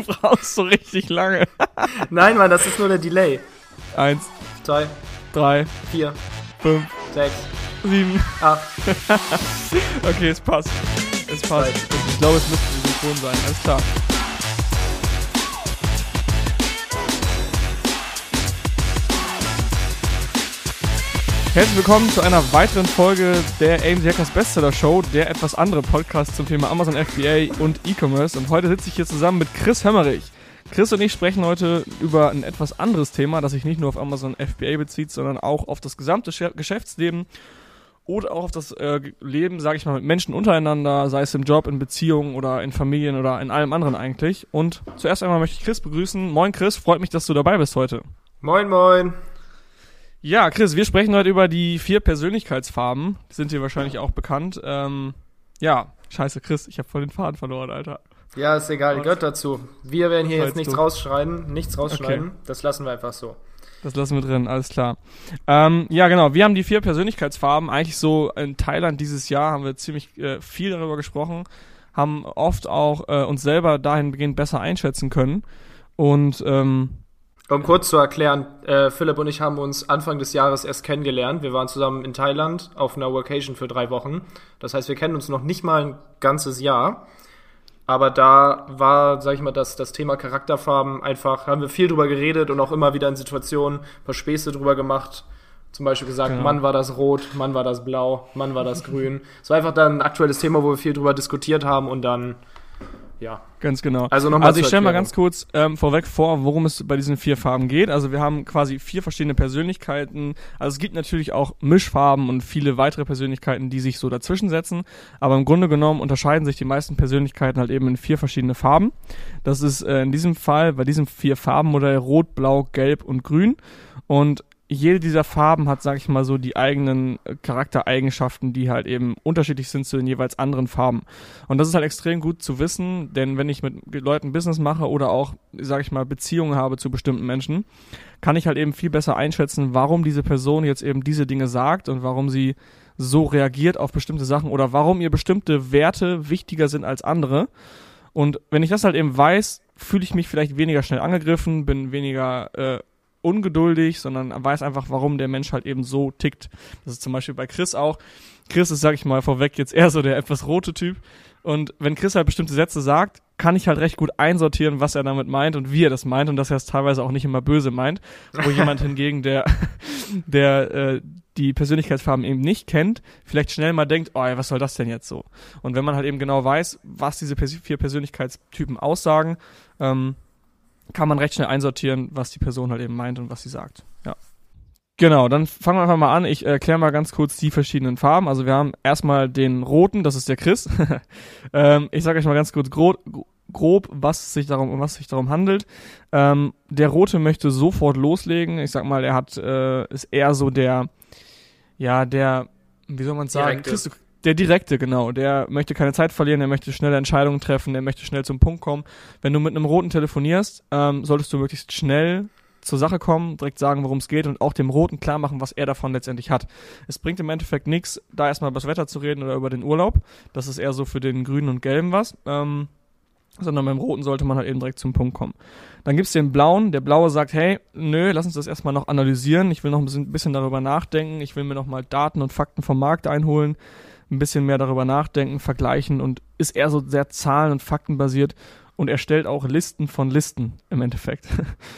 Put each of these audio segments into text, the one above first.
brauchst so richtig lange. Nein, Mann, das ist nur der Delay. 1, 2, 3, 4, 5, 6, 7. 8. Okay, es passt. Es passt. Ich glaube, es müsste synchron sein. Alles klar. Herzlich willkommen zu einer weiteren Folge der AMZ Hackers Bestseller Show, der etwas andere Podcast zum Thema Amazon FBA und E-Commerce. Und heute sitze ich hier zusammen mit Chris Hömmerich. Chris und ich sprechen heute über ein etwas anderes Thema, das sich nicht nur auf Amazon FBA bezieht, sondern auch auf das gesamte Geschäftsleben oder auch auf das Leben, sage ich mal, mit Menschen untereinander, sei es im Job, in Beziehungen oder in Familien oder in allem anderen eigentlich. Und zuerst einmal möchte ich Chris begrüßen. Moin Chris, freut mich, dass du dabei bist heute. Moin, moin. Ja, Chris, wir sprechen heute über die 4 Persönlichkeitsfarben. Die sind dir wahrscheinlich auch bekannt. Ja, scheiße, Chris, ich habe voll den Faden verloren, Alter. Ja, ist egal, gehört dazu. Wir werden hier jetzt nichts rausschneiden. Okay. Das lassen wir einfach so. Das lassen wir drin, alles klar. Ja, genau, wir haben die 4 Persönlichkeitsfarben. Eigentlich so in Thailand dieses Jahr haben wir ziemlich viel darüber gesprochen, haben oft auch uns selber dahingehend besser einschätzen können. Und um kurz zu erklären, Philipp und ich haben uns Anfang des Jahres erst kennengelernt. Wir waren zusammen in Thailand auf einer Vacation für 3 Wochen. Das heißt, wir kennen uns noch nicht mal ein ganzes Jahr. Aber da war, sag ich mal, das Thema Charakterfarben einfach, haben wir viel drüber geredet und auch immer wieder in Situationen ein paar Späße drüber gemacht. Zum Beispiel gesagt, genau. Mann war das rot, Mann war das blau, Mann war das grün. Es war einfach dann ein aktuelles Thema, wo wir viel drüber diskutiert haben und dann, ja. Ganz genau. Also ich stelle mal ganz kurz vorweg vor, worum es bei diesen 4 Farben geht. Also wir haben quasi 4 verschiedene Persönlichkeiten. Also es gibt natürlich auch Mischfarben und viele weitere Persönlichkeiten, die sich so dazwischen setzen. Aber im Grunde genommen unterscheiden sich die meisten Persönlichkeiten halt eben in 4 verschiedene Farben. Das ist in diesem Fall bei diesem 4 Farbenmodell Rot, Blau, Gelb und Grün. Und jede dieser Farben hat, sag ich mal so, die eigenen Charaktereigenschaften, die halt eben unterschiedlich sind zu den jeweils anderen Farben. Und das ist halt extrem gut zu wissen, denn wenn ich mit Leuten Business mache oder auch, sag ich mal, Beziehungen habe zu bestimmten Menschen, kann ich halt eben viel besser einschätzen, warum diese Person jetzt eben diese Dinge sagt und warum sie so reagiert auf bestimmte Sachen oder warum ihr bestimmte Werte wichtiger sind als andere. Und wenn ich das halt eben weiß, fühle ich mich vielleicht weniger schnell angegriffen, bin weniger ungeduldig, sondern weiß einfach, warum der Mensch halt eben so tickt. Das ist zum Beispiel bei Chris auch. Chris ist, sag ich mal, vorweg jetzt eher so der etwas rote Typ. Und wenn Chris halt bestimmte Sätze sagt, kann ich halt recht gut einsortieren, was er damit meint und wie er das meint und dass er es teilweise auch nicht immer böse meint. Wo jemand hingegen, der die Persönlichkeitsfarben eben nicht kennt, vielleicht schnell mal denkt, oh, was soll das denn jetzt so? Und wenn man halt eben genau weiß, was diese 4 Persönlichkeitstypen aussagen, kann man recht schnell einsortieren, was die Person halt eben meint und was sie sagt. Ja. Genau, dann fangen wir einfach mal an. Ich erkläre mal ganz kurz die verschiedenen Farben. Also wir haben erstmal den roten, das ist der Chris. Ich sage euch mal ganz kurz grob, was sich darum handelt. Der rote möchte sofort loslegen. Ich sag mal, er ist eher so der, wie soll man sagen, der Direkte, genau. Der möchte keine Zeit verlieren, der möchte schnelle Entscheidungen treffen, der möchte schnell zum Punkt kommen. Wenn du mit einem Roten telefonierst, solltest du möglichst schnell zur Sache kommen, direkt sagen, worum es geht und auch dem Roten klar machen, was er davon letztendlich hat. Es bringt im Endeffekt nichts, da erstmal über das Wetter zu reden oder über den Urlaub. Das ist eher so für den Grünen und Gelben was. Sondern beim Roten sollte man halt eben direkt zum Punkt kommen. Dann gibt's den Blauen. Der Blaue sagt, hey, nö, lass uns das erstmal noch analysieren. Ich will noch ein bisschen darüber nachdenken. Ich will mir noch mal Daten und Fakten vom Markt einholen. Ein bisschen mehr darüber nachdenken, vergleichen und ist eher so sehr zahlen- und faktenbasiert und erstellt auch Listen von Listen im Endeffekt.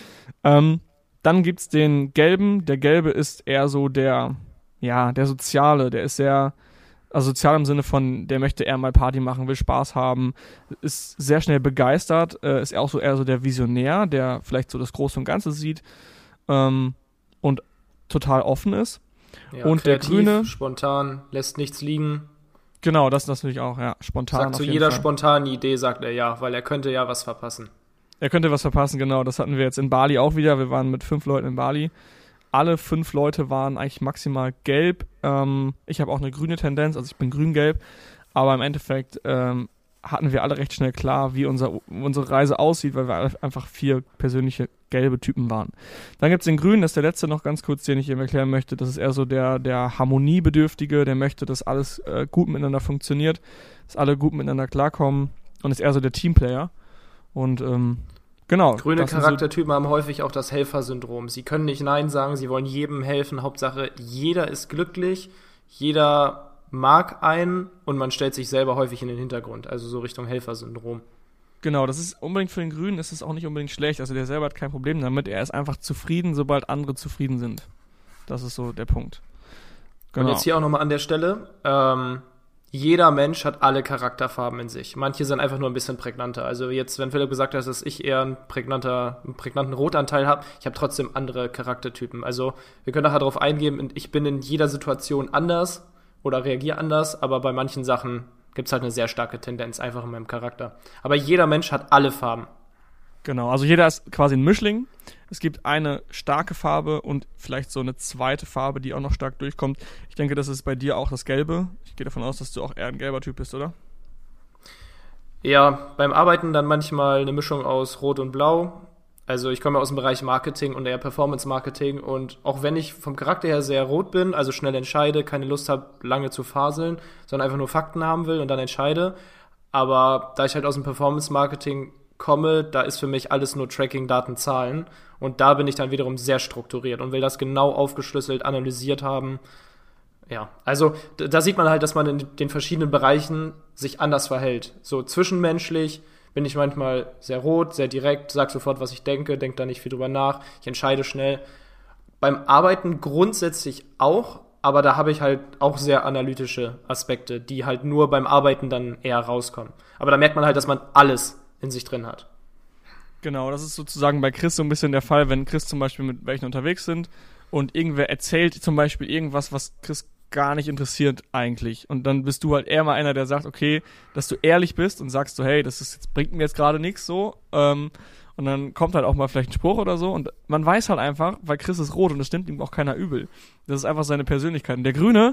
Dann gibt's den Gelben. Der Gelbe ist eher so der Soziale. Der ist sehr sozial im Sinne von, der möchte eher mal Party machen, will Spaß haben, ist sehr schnell begeistert, ist auch so eher so der Visionär, der vielleicht so das Große und Ganze sieht und total offen ist. Ja, und kreativ, der Grüne, spontan, lässt nichts liegen. Genau, das natürlich auch, ja, spontan. Sagt zu jeder spontanen Idee, sagt er ja, weil er könnte ja was verpassen. Er könnte was verpassen, genau, das hatten wir jetzt in Bali auch wieder, wir waren mit 5 Leuten in Bali. Alle 5 Leute waren eigentlich maximal gelb. Ich habe auch eine grüne Tendenz, also ich bin grün-gelb, aber im Endeffekt hatten wir alle recht schnell klar, wie unsere Reise aussieht, weil wir einfach 4 persönliche gelbe Typen waren. Dann gibt's den Grünen, das ist der letzte noch ganz kurz, den ich eben erklären möchte. Das ist eher so der Harmoniebedürftige, der möchte, dass alles gut miteinander funktioniert, dass alle gut miteinander klarkommen und ist eher so der Teamplayer. Und Genau. Grüne Charaktertypen haben häufig auch das Helfersyndrom. Sie können nicht Nein sagen, sie wollen jedem helfen. Hauptsache, jeder ist glücklich, jeder mag einen und man stellt sich selber häufig in den Hintergrund. Also so Richtung Helfersyndrom. Genau, das ist unbedingt für den Grünen, ist es auch nicht unbedingt schlecht. Also der selber hat kein Problem damit. Er ist einfach zufrieden, sobald andere zufrieden sind. Das ist so der Punkt. Genau. Und jetzt hier auch nochmal an der Stelle. Jeder Mensch hat alle Charakterfarben in sich. Manche sind einfach nur ein bisschen prägnanter. Also jetzt, wenn Philipp gesagt hat, dass ich eher einen prägnanten Rotanteil habe, ich habe trotzdem andere Charaktertypen. Also wir können nachher darauf eingehen, ich bin in jeder Situation anders oder reagiere anders, aber bei manchen Sachen gibt es halt eine sehr starke Tendenz einfach in meinem Charakter. Aber jeder Mensch hat alle Farben. Genau, also jeder ist quasi ein Mischling. Es gibt eine starke Farbe und vielleicht so eine zweite Farbe, die auch noch stark durchkommt. Ich denke, das ist bei dir auch das Gelbe. Ich gehe davon aus, dass du auch eher ein gelber Typ bist, oder? Ja, beim Arbeiten dann manchmal eine Mischung aus Rot und Blau. Also ich komme aus dem Bereich Marketing und eher Performance-Marketing und auch wenn ich vom Charakter her sehr rot bin, also schnell entscheide, keine Lust habe, lange zu faseln, sondern einfach nur Fakten haben will und dann entscheide. Aber da ich halt aus dem Performance-Marketing komme, da ist für mich alles nur Tracking, Daten, Zahlen und da bin ich dann wiederum sehr strukturiert und will das genau aufgeschlüsselt, analysiert haben. Ja, also da sieht man halt, dass man in den verschiedenen Bereichen sich anders verhält. So zwischenmenschlich bin ich manchmal sehr rot, sehr direkt, sag sofort, was ich denke da nicht viel drüber nach, ich entscheide schnell. Beim Arbeiten grundsätzlich auch, aber da habe ich halt auch sehr analytische Aspekte, die halt nur beim Arbeiten dann eher rauskommen. Aber da merkt man halt, dass man alles in sich drin hat. Genau, das ist sozusagen bei Chris so ein bisschen der Fall, wenn Chris zum Beispiel mit welchen unterwegs sind und irgendwer erzählt zum Beispiel irgendwas, was Chris gar nicht interessiert eigentlich. Und dann bist du halt eher mal einer, der sagt, okay, dass du ehrlich bist und sagst so, hey, bringt mir jetzt gerade nichts so. Und dann kommt halt auch mal vielleicht ein Spruch oder so. Und man weiß halt einfach, weil Chris ist rot und das stimmt ihm auch keiner übel. Das ist einfach seine Persönlichkeit. Und der Grüne,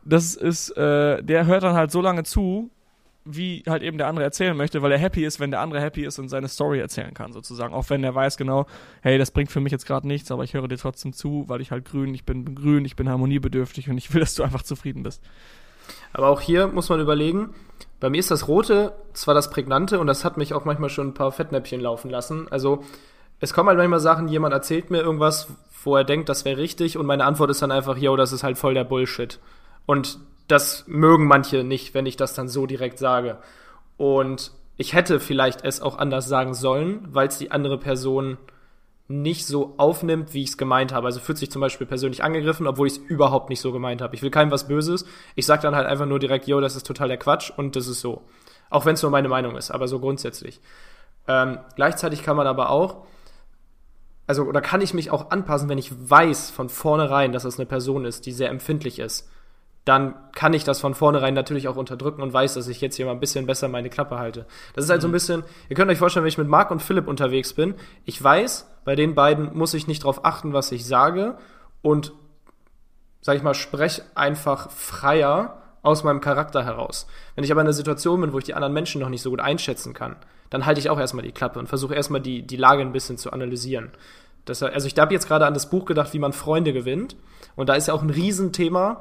der hört dann halt so lange zu, wie halt eben der andere erzählen möchte, weil er happy ist, wenn der andere happy ist und seine Story erzählen kann, sozusagen. Auch wenn er weiß genau, hey, das bringt für mich jetzt gerade nichts, aber ich höre dir trotzdem zu, weil ich halt ich bin harmoniebedürftig und ich will, dass du einfach zufrieden bist. Aber auch hier muss man überlegen, bei mir ist das Rote zwar das Prägnante und das hat mich auch manchmal schon ein paar Fettnäpfchen laufen lassen. Also es kommen halt manchmal Sachen, jemand erzählt mir irgendwas, wo er denkt, das wäre richtig und meine Antwort ist dann einfach, yo, das ist halt voll der Bullshit. Und das mögen manche nicht, wenn ich das dann so direkt sage. Und ich hätte vielleicht es auch anders sagen sollen, weil es die andere Person nicht so aufnimmt, wie ich es gemeint habe. Also fühlt sich zum Beispiel persönlich angegriffen, obwohl ich es überhaupt nicht so gemeint habe. Ich will keinem was Böses. Ich sage dann halt einfach nur direkt, yo, das ist total der Quatsch und das ist so. Auch wenn es nur meine Meinung ist, aber so grundsätzlich. Gleichzeitig kann man aber auch, oder kann ich mich auch anpassen, wenn ich weiß von vornherein, dass das eine Person ist, die sehr empfindlich ist. Dann kann ich das von vornherein natürlich auch unterdrücken und weiß, dass ich jetzt hier mal ein bisschen besser meine Klappe halte. Das ist halt so ein bisschen, ihr könnt euch vorstellen, wenn ich mit Marc und Philipp unterwegs bin, ich weiß, bei den beiden muss ich nicht drauf achten, was ich sage und, sag ich mal, spreche einfach freier aus meinem Charakter heraus. Wenn ich aber in einer Situation bin, wo ich die anderen Menschen noch nicht so gut einschätzen kann, dann halte ich auch erstmal die Klappe und versuche erstmal die Lage ein bisschen zu analysieren. Ich habe jetzt gerade an das Buch gedacht, wie man Freunde gewinnt und da ist ja auch ein Riesenthema.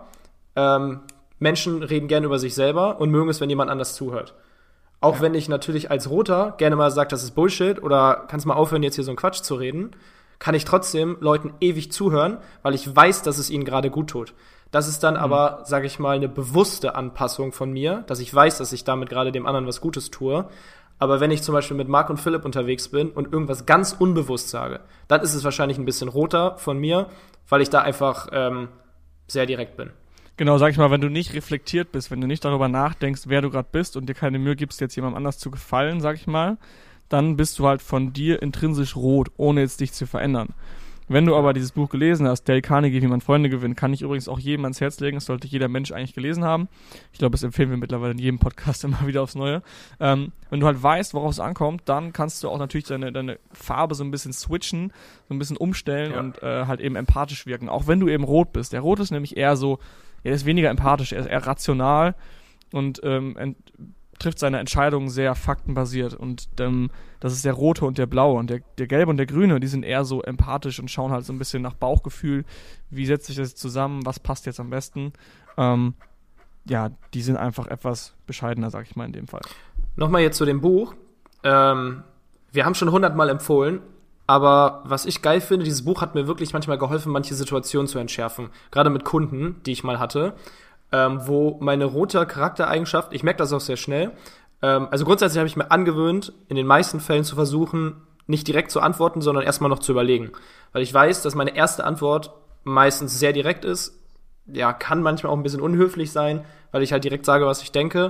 Menschen reden gerne über sich selber und mögen es, wenn jemand anders zuhört. Auch wenn ich natürlich als Roter gerne mal sage, das ist Bullshit oder kannst mal aufhören, jetzt hier so einen Quatsch zu reden, kann ich trotzdem Leuten ewig zuhören, weil ich weiß, dass es ihnen gerade gut tut. Das ist dann aber, sage ich mal, eine bewusste Anpassung von mir, dass ich weiß, dass ich damit gerade dem anderen was Gutes tue. Aber wenn ich zum Beispiel mit Marc und Philipp unterwegs bin und irgendwas ganz unbewusst sage, dann ist es wahrscheinlich ein bisschen roter von mir, weil ich da einfach sehr direkt bin. Genau, sag ich mal, wenn du nicht reflektiert bist, wenn du nicht darüber nachdenkst, wer du gerade bist und dir keine Mühe gibst, jetzt jemandem anders zu gefallen, sag ich mal, dann bist du halt von dir intrinsisch rot, ohne jetzt dich zu verändern. Wenn du aber dieses Buch gelesen hast, Dale Carnegie, wie man Freunde gewinnt, kann ich übrigens auch jedem ans Herz legen, das sollte jeder Mensch eigentlich gelesen haben. Ich glaube, das empfehlen wir mittlerweile in jedem Podcast immer wieder aufs Neue. Wenn du halt weißt, worauf es ankommt, dann kannst du auch natürlich deine Farbe so ein bisschen switchen, so ein bisschen umstellen und halt eben empathisch wirken, auch wenn du eben rot bist. Der Rot ist nämlich eher so, er ist weniger empathisch, er ist eher rational und trifft seine Entscheidungen sehr faktenbasiert und das ist der Rote und der Blaue und der Gelbe und der Grüne, die sind eher so empathisch und schauen halt so ein bisschen nach Bauchgefühl, wie setzt sich das zusammen, was passt jetzt am besten. Die sind einfach etwas bescheidener, sag ich mal in dem Fall. Nochmal jetzt zu dem Buch. wir haben schon 100-mal empfohlen, aber was ich geil finde, dieses Buch hat mir wirklich manchmal geholfen, manche Situationen zu entschärfen. Gerade mit Kunden, die ich mal hatte, wo meine rote Charaktereigenschaft, ich merke das auch sehr schnell, also grundsätzlich habe ich mir angewöhnt, in den meisten Fällen zu versuchen, nicht direkt zu antworten, sondern erstmal noch zu überlegen. Weil ich weiß, dass meine erste Antwort meistens sehr direkt ist. Ja, kann manchmal auch ein bisschen unhöflich sein, weil ich halt direkt sage, was ich denke.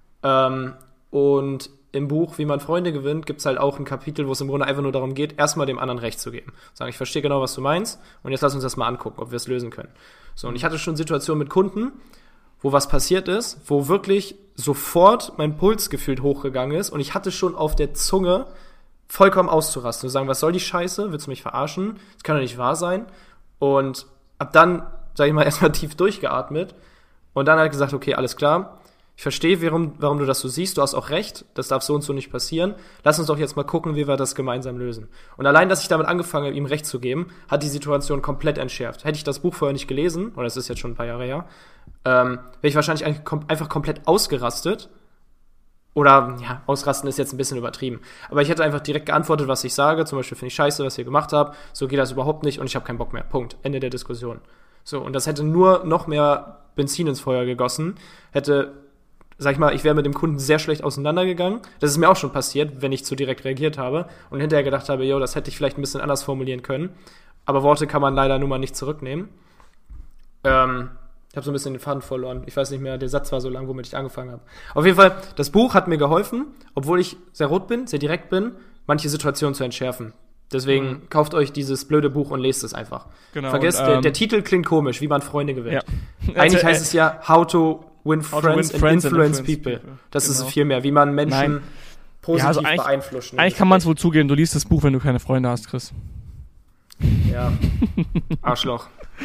Und im Buch Wie man Freunde gewinnt, gibt's halt auch ein Kapitel, wo es im Grunde einfach nur darum geht, erstmal dem anderen Recht zu geben. Sagen, ich verstehe genau, was du meinst und jetzt lass uns das mal angucken, ob wir es lösen können. So, und ich hatte schon Situationen mit Kunden, wo was passiert ist, wo wirklich sofort mein Puls gefühlt hochgegangen ist und ich hatte schon auf der Zunge, vollkommen auszurasten. Zu sagen, was soll die Scheiße? Willst du mich verarschen? Das kann doch nicht wahr sein. Und ab dann, sag ich mal, erstmal tief durchgeatmet und dann halt gesagt, okay, alles klar, ich verstehe, warum du das so siehst, du hast auch recht, das darf so und so nicht passieren. Lass uns doch jetzt mal gucken, wie wir das gemeinsam lösen. Und allein, dass ich damit angefangen habe, ihm Recht zu geben, hat die Situation komplett entschärft. Hätte ich das Buch vorher nicht gelesen, oder das ist jetzt schon ein paar Jahre her, wäre ich wahrscheinlich einfach komplett ausgerastet. Oder, ja, ausrasten ist jetzt ein bisschen übertrieben. Aber ich hätte einfach direkt geantwortet, was ich sage. Zum Beispiel, finde ich scheiße, was ihr gemacht habt. So geht das überhaupt nicht und ich habe keinen Bock mehr. Punkt. Ende der Diskussion. So, und das hätte nur noch mehr Benzin ins Feuer gegossen. Hätte, sag ich mal, ich wäre mit dem Kunden sehr schlecht auseinandergegangen. Das ist mir auch schon passiert, wenn ich zu direkt reagiert habe. Und hinterher gedacht habe, jo, das hätte ich vielleicht ein bisschen anders formulieren können. Aber Worte kann man leider nun mal nicht zurücknehmen. Ich habe so ein bisschen den Faden verloren. Ich weiß nicht mehr, der Satz war so lang, womit ich angefangen habe. Auf jeden Fall, das Buch hat mir geholfen, obwohl ich sehr rot bin, sehr direkt bin, manche Situationen zu entschärfen. Deswegen kauft euch dieses blöde Buch und lest es einfach. Genau, vergesst, der Titel klingt komisch, wie man Freunde gewinnt. Ja. Eigentlich heißt es ja How to Win Friends and Influence People. Das ist viel mehr, wie man Menschen positiv beeinflussen. Eigentlich kann man es wohl zugeben, du liest das Buch, wenn du keine Freunde hast, Chris. Ja, Arschloch.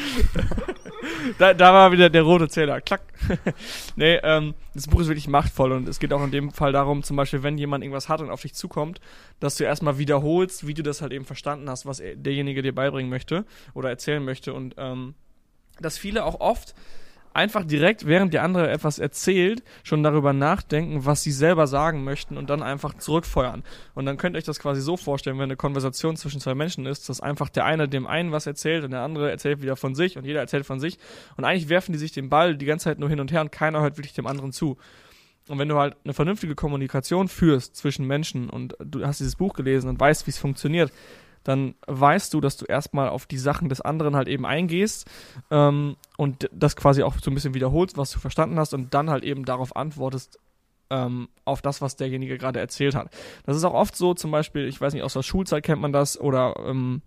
Da war wieder der rote Zähler. Klack. Nee, das Buch ist wirklich machtvoll und es geht auch in dem Fall darum, zum Beispiel, wenn jemand irgendwas hat und auf dich zukommt, dass du erstmal wiederholst, wie du das halt eben verstanden hast, was derjenige dir beibringen möchte oder erzählen möchte und dass viele auch oft einfach direkt, während der andere etwas erzählt, schon darüber nachdenken, was sie selber sagen möchten und dann einfach zurückfeuern. Und dann könnt ihr euch das quasi so vorstellen, wenn eine Konversation zwischen zwei Menschen ist, dass einfach der eine dem einen was erzählt und der andere erzählt wieder von sich und jeder erzählt von sich. Und eigentlich werfen die sich den Ball die ganze Zeit nur hin und her und keiner hört wirklich dem anderen zu. Und wenn du halt eine vernünftige Kommunikation führst zwischen Menschen und du hast dieses Buch gelesen und weißt, wie es funktioniert, dann weißt du, dass du erstmal auf die Sachen des anderen halt eben eingehst und das quasi auch so ein bisschen wiederholst, was du verstanden hast und dann halt eben darauf antwortest, auf das, was derjenige gerade erzählt hat. Das ist auch oft so, zum Beispiel, ich weiß nicht, aus der Schulzeit kennt man das oder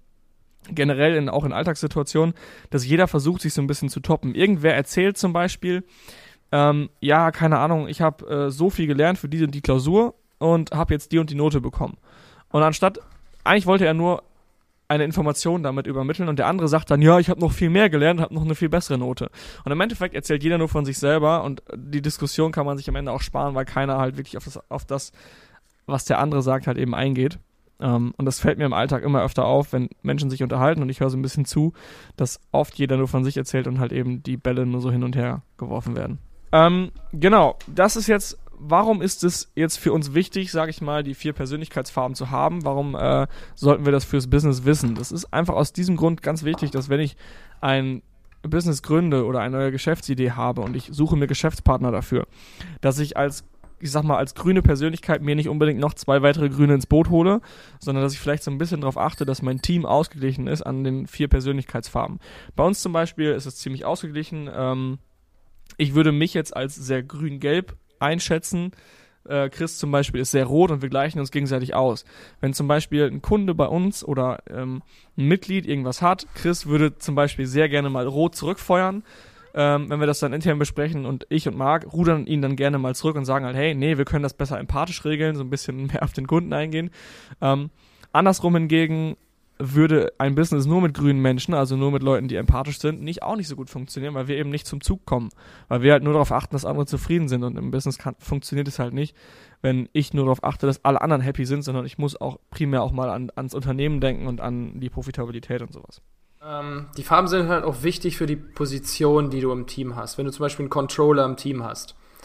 generell auch in Alltagssituationen, dass jeder versucht, sich so ein bisschen zu toppen. Irgendwer erzählt zum Beispiel, ja, keine Ahnung, ich habe so viel gelernt für die und die Klausur und habe jetzt die und die Note bekommen. Und eigentlich wollte er nur eine Information damit übermitteln und der andere sagt dann, ja, ich habe noch viel mehr gelernt, habe noch eine viel bessere Note. Und im Endeffekt erzählt jeder nur von sich selber und die Diskussion kann man sich am Ende auch sparen, weil keiner halt wirklich auf das, was der andere sagt, halt eben eingeht. Und das fällt mir im Alltag immer öfter auf, wenn Menschen sich unterhalten und ich höre so ein bisschen zu, dass oft jeder nur von sich erzählt und halt eben die Bälle nur so hin und her geworfen werden. Genau, das ist jetzt, warum ist es jetzt für uns wichtig, sage ich mal, die 4 Persönlichkeitsfarben zu haben? Warum sollten wir das fürs Business wissen? Das ist einfach aus diesem Grund ganz wichtig, dass wenn ich ein Business gründe oder eine neue Geschäftsidee habe und ich suche mir Geschäftspartner dafür, dass ich als grüne Persönlichkeit mir nicht unbedingt noch 2 weitere Grüne ins Boot hole, sondern dass ich vielleicht so ein bisschen darauf achte, dass mein Team ausgeglichen ist an den 4 Persönlichkeitsfarben. Bei uns zum Beispiel ist es ziemlich ausgeglichen. Ich würde mich jetzt als sehr grün-gelb einschätzen. Chris zum Beispiel ist sehr rot und wir gleichen uns gegenseitig aus. Wenn zum Beispiel ein Kunde bei uns oder ein Mitglied irgendwas hat, Chris würde zum Beispiel sehr gerne mal rot zurückfeuern. Wenn wir das dann intern besprechen und ich und Marc rudern ihn dann gerne mal zurück und sagen halt, hey, nee, wir können das besser empathisch regeln, so ein bisschen mehr auf den Kunden eingehen. Andersrum hingegen würde ein Business nur mit grünen Menschen, also nur mit Leuten, die empathisch sind, auch nicht so gut funktionieren, weil wir eben nicht zum Zug kommen. Weil wir halt nur darauf achten, dass andere zufrieden sind und im Business funktioniert es halt nicht, wenn ich nur darauf achte, dass alle anderen happy sind, sondern ich muss auch primär auch mal ans Unternehmen denken und an die Profitabilität und sowas. Die Farben sind halt auch wichtig für die Position, die du im Team hast. Wenn du zum Beispiel einen Controller im Team hast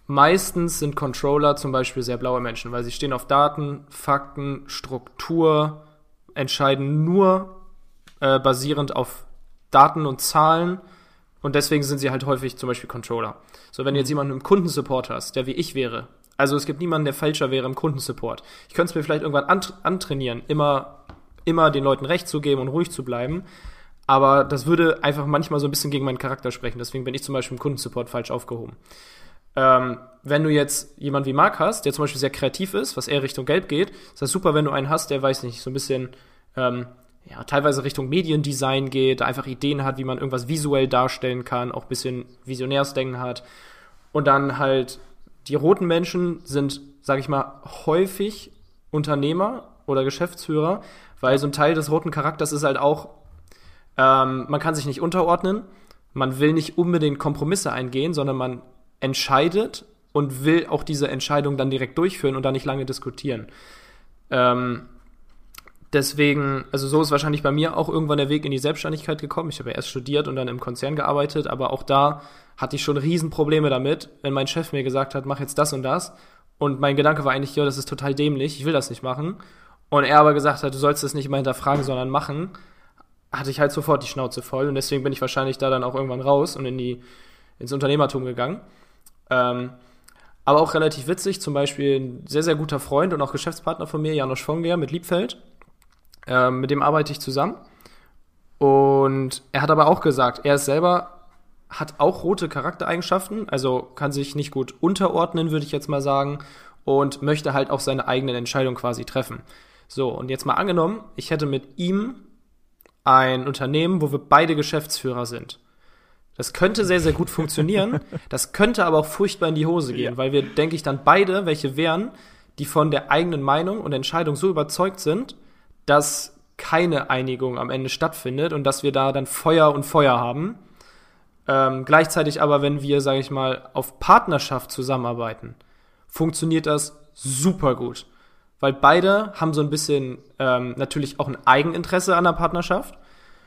Meistens sind Controller zum Beispiel sehr blaue Menschen, weil sie stehen auf Daten, Fakten, Struktur, entscheiden nur basierend auf Daten und Zahlen und deswegen sind sie halt häufig zum Beispiel Controller. So, wenn du jetzt jemanden im Kundensupport hast, der wie ich wäre, also es gibt niemanden, der Fälscher wäre im Kundensupport. Ich könnte es mir vielleicht irgendwann antrainieren, immer den Leuten Recht zu geben und ruhig zu bleiben, aber das würde einfach manchmal so ein bisschen gegen meinen Charakter sprechen, deswegen bin ich zum Beispiel im Kundensupport falsch aufgehoben. Wenn du jetzt jemanden wie Marc hast, der zum Beispiel sehr kreativ ist, was eher Richtung Gelb geht, ist das super, wenn du einen hast, der, weiß nicht, so ein bisschen teilweise Richtung Mediendesign geht, einfach Ideen hat, wie man irgendwas visuell darstellen kann, auch ein bisschen Visionärsdenken hat. Und dann halt die roten Menschen sind, sag ich mal, häufig Unternehmer oder Geschäftsführer, weil so ein Teil des roten Charakters ist halt auch, man kann sich nicht unterordnen, man will nicht unbedingt Kompromisse eingehen, sondern man entscheidet und will auch diese Entscheidung dann direkt durchführen und dann nicht lange diskutieren. Deswegen, also so ist wahrscheinlich bei mir auch irgendwann der Weg in die Selbstständigkeit gekommen. Ich habe ja erst studiert und dann im Konzern gearbeitet, aber auch da hatte ich schon Riesenprobleme damit, wenn mein Chef mir gesagt hat, mach jetzt das und das. Und mein Gedanke war eigentlich, ja, das ist total dämlich, ich will das nicht machen. Und er aber gesagt hat, du sollst das nicht immer hinterfragen, sondern machen, hatte ich halt sofort die Schnauze voll. Und deswegen bin ich wahrscheinlich da dann auch irgendwann raus und ins Unternehmertum gegangen. Aber auch relativ witzig, zum Beispiel ein sehr, sehr guter Freund und auch Geschäftspartner von mir, Janosch Fonger mit Liebfeld. Mit dem arbeite ich zusammen. Und er hat aber auch gesagt, er selber hat auch rote Charaktereigenschaften, also kann sich nicht gut unterordnen, würde ich jetzt mal sagen, und möchte halt auch seine eigenen Entscheidungen quasi treffen. So, und jetzt mal angenommen, ich hätte mit ihm ein Unternehmen, wo wir beide Geschäftsführer sind. Das könnte sehr, sehr gut funktionieren, das könnte aber auch furchtbar in die Hose gehen, weil wir, denke ich, dann beide welche wären, die von der eigenen Meinung und Entscheidung so überzeugt sind, dass keine Einigung am Ende stattfindet und dass wir da dann Feuer und Feuer haben. Gleichzeitig aber, wenn wir, sage ich mal, auf Partnerschaft zusammenarbeiten, funktioniert das super gut. Weil beide haben so ein bisschen natürlich auch ein Eigeninteresse an der Partnerschaft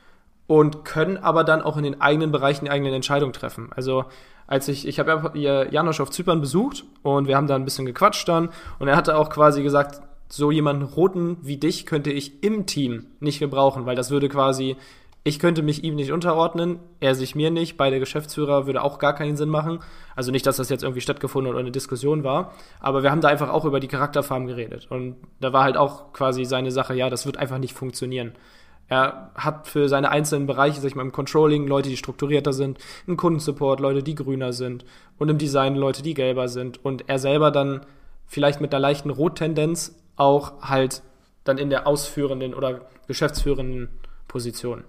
und können aber dann auch in den eigenen Bereichen die eigenen Entscheidungen treffen. Also ich habe Janosch auf Zypern besucht und wir haben da ein bisschen gequatscht dann und er hatte auch quasi gesagt, so jemanden Roten wie dich könnte ich im Team nicht gebrauchen, weil das würde quasi, ich könnte mich ihm nicht unterordnen, er sich mir nicht, beide Geschäftsführer würde auch gar keinen Sinn machen. Also nicht, dass das jetzt irgendwie stattgefunden oder eine Diskussion war, aber wir haben da einfach auch über die Charakterfarben geredet und da war halt auch quasi seine Sache, ja, das wird einfach nicht funktionieren. Er hat für seine einzelnen Bereiche, sag ich mal, im Controlling Leute, die strukturierter sind, im Kundensupport Leute, die grüner sind und im Design Leute, die gelber sind und er selber dann vielleicht mit einer leichten Rottendenz auch halt dann in der ausführenden oder geschäftsführenden Position.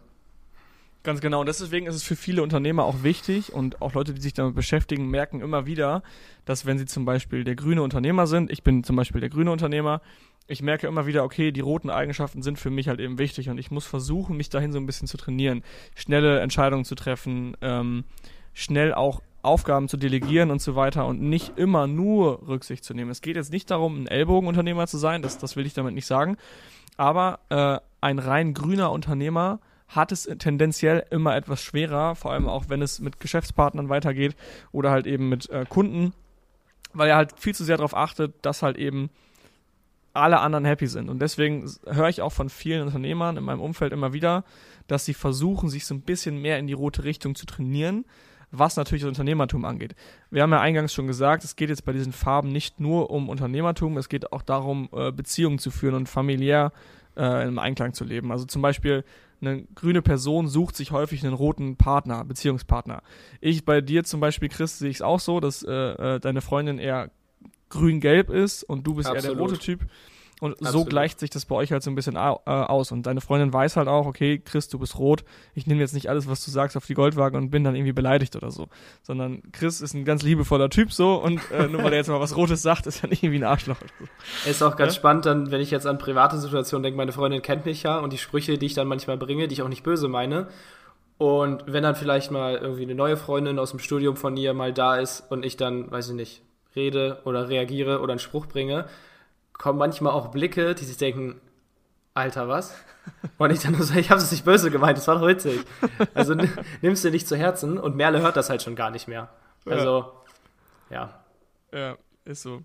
Ganz genau. Und deswegen ist es für viele Unternehmer auch wichtig und auch Leute, die sich damit beschäftigen, merken immer wieder, dass wenn sie zum Beispiel der grüne Unternehmer sind, ich bin zum Beispiel der grüne Unternehmer, ich merke immer wieder, okay, die roten Eigenschaften sind für mich halt eben wichtig und ich muss versuchen, mich dahin so ein bisschen zu trainieren, schnelle Entscheidungen zu treffen, schnell auch Aufgaben zu delegieren und so weiter und nicht immer nur Rücksicht zu nehmen. Es geht jetzt nicht darum, ein Ellbogenunternehmer zu sein, das will ich damit nicht sagen, aber ein rein grüner Unternehmer hat es tendenziell immer etwas schwerer, vor allem auch, wenn es mit Geschäftspartnern weitergeht oder halt eben mit Kunden, weil er halt viel zu sehr darauf achtet, dass halt eben alle anderen happy sind. Und deswegen höre ich auch von vielen Unternehmern in meinem Umfeld immer wieder, dass sie versuchen, sich so ein bisschen mehr in die rote Richtung zu trainieren, was natürlich das Unternehmertum angeht. Wir haben ja eingangs schon gesagt, es geht jetzt bei diesen Farben nicht nur um Unternehmertum, es geht auch darum, Beziehungen zu führen und familiär im Einklang zu leben. Also zum Beispiel eine grüne Person sucht sich häufig einen roten Partner, Beziehungspartner. Bei dir zum Beispiel, Chris, sehe ich es auch so, dass deine Freundin eher grün-gelb ist und du bist Absolut. Eher der rote Typ. Und Absolut. So gleicht sich das bei euch halt so ein bisschen aus. Und deine Freundin weiß halt auch, okay, Chris, du bist rot. Ich nehme jetzt nicht alles, was du sagst, auf die Goldwaage und bin dann irgendwie beleidigt oder so. Sondern Chris ist ein ganz liebevoller Typ so und nur weil er jetzt mal was Rotes sagt, ist er nicht irgendwie ein Arschloch. Ist auch ganz spannend, dann, wenn ich jetzt an private Situationen denke, meine Freundin kennt mich ja und die Sprüche, die ich dann manchmal bringe, die ich auch nicht böse meine. Und wenn dann vielleicht mal irgendwie eine neue Freundin aus dem Studium von ihr mal da ist und ich dann, weiß ich nicht, rede oder reagiere oder einen Spruch bringe, kommen manchmal auch Blicke, die sich denken, Alter, was? Und ich dann nur so, ich habe es nicht böse gemeint, das war doch witzig. Also nimm's dir nicht zu Herzen und Merle hört das halt schon gar nicht mehr. Also, ja. Ja, ist so.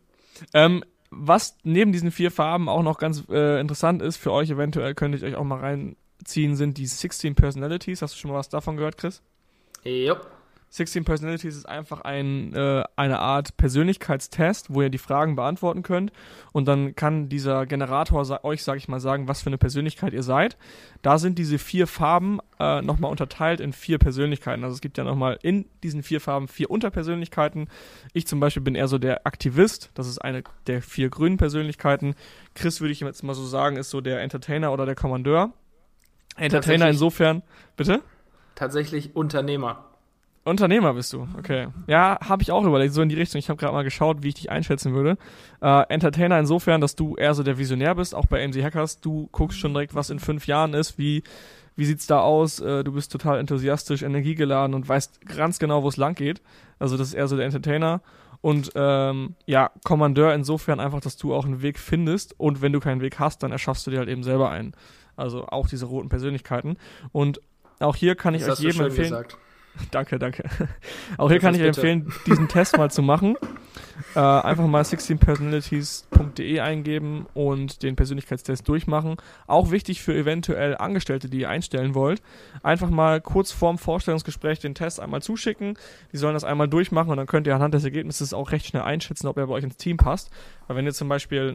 Was neben diesen 4 Farben auch noch ganz interessant ist für euch, eventuell könntet ihr euch auch mal reinziehen, sind die 16 Personalities. Hast du schon mal was davon gehört, Chris? Jupp. 16 Personalities ist einfach eine Art Persönlichkeitstest, wo ihr die Fragen beantworten könnt und dann kann dieser Generator euch, sag ich mal, sagen, was für eine Persönlichkeit ihr seid. Da sind diese 4 Farben nochmal unterteilt in 4 Persönlichkeiten. Also es gibt ja nochmal in diesen 4 Farben 4 Unterpersönlichkeiten. Ich zum Beispiel bin eher so der Aktivist, das ist eine der 4 grünen Persönlichkeiten. Chris, würde ich jetzt mal so sagen, ist so der Entertainer oder der Kommandeur. Entertainer insofern, bitte? Tatsächlich Unternehmer. Unternehmer bist du, okay. Ja, habe ich auch überlegt, so in die Richtung. Ich habe gerade mal geschaut, wie ich dich einschätzen würde. Entertainer insofern, dass du eher so der Visionär bist, auch bei AMZ Hackers. Du guckst schon direkt, was in 5 Jahren ist, wie sieht's da aus. Du bist total enthusiastisch, energiegeladen und weißt ganz genau, wo es lang geht. Also das ist eher so der Entertainer. Und Kommandeur insofern einfach, dass du auch einen Weg findest und wenn du keinen Weg hast, dann erschaffst du dir halt eben selber einen. Also auch diese roten Persönlichkeiten. Und auch hier kann ich euch jedem empfehlen. Gesagt. Danke. Auch hier kann ich euch empfehlen, diesen Test mal zu machen. Einfach mal 16personalities.de eingeben und den Persönlichkeitstest durchmachen. Auch wichtig für eventuell Angestellte, die ihr einstellen wollt. Einfach mal kurz vorm Vorstellungsgespräch den Test einmal zuschicken. Die sollen das einmal durchmachen und dann könnt ihr anhand des Ergebnisses auch recht schnell einschätzen, ob er bei euch ins Team passt. Weil wenn ihr zum Beispiel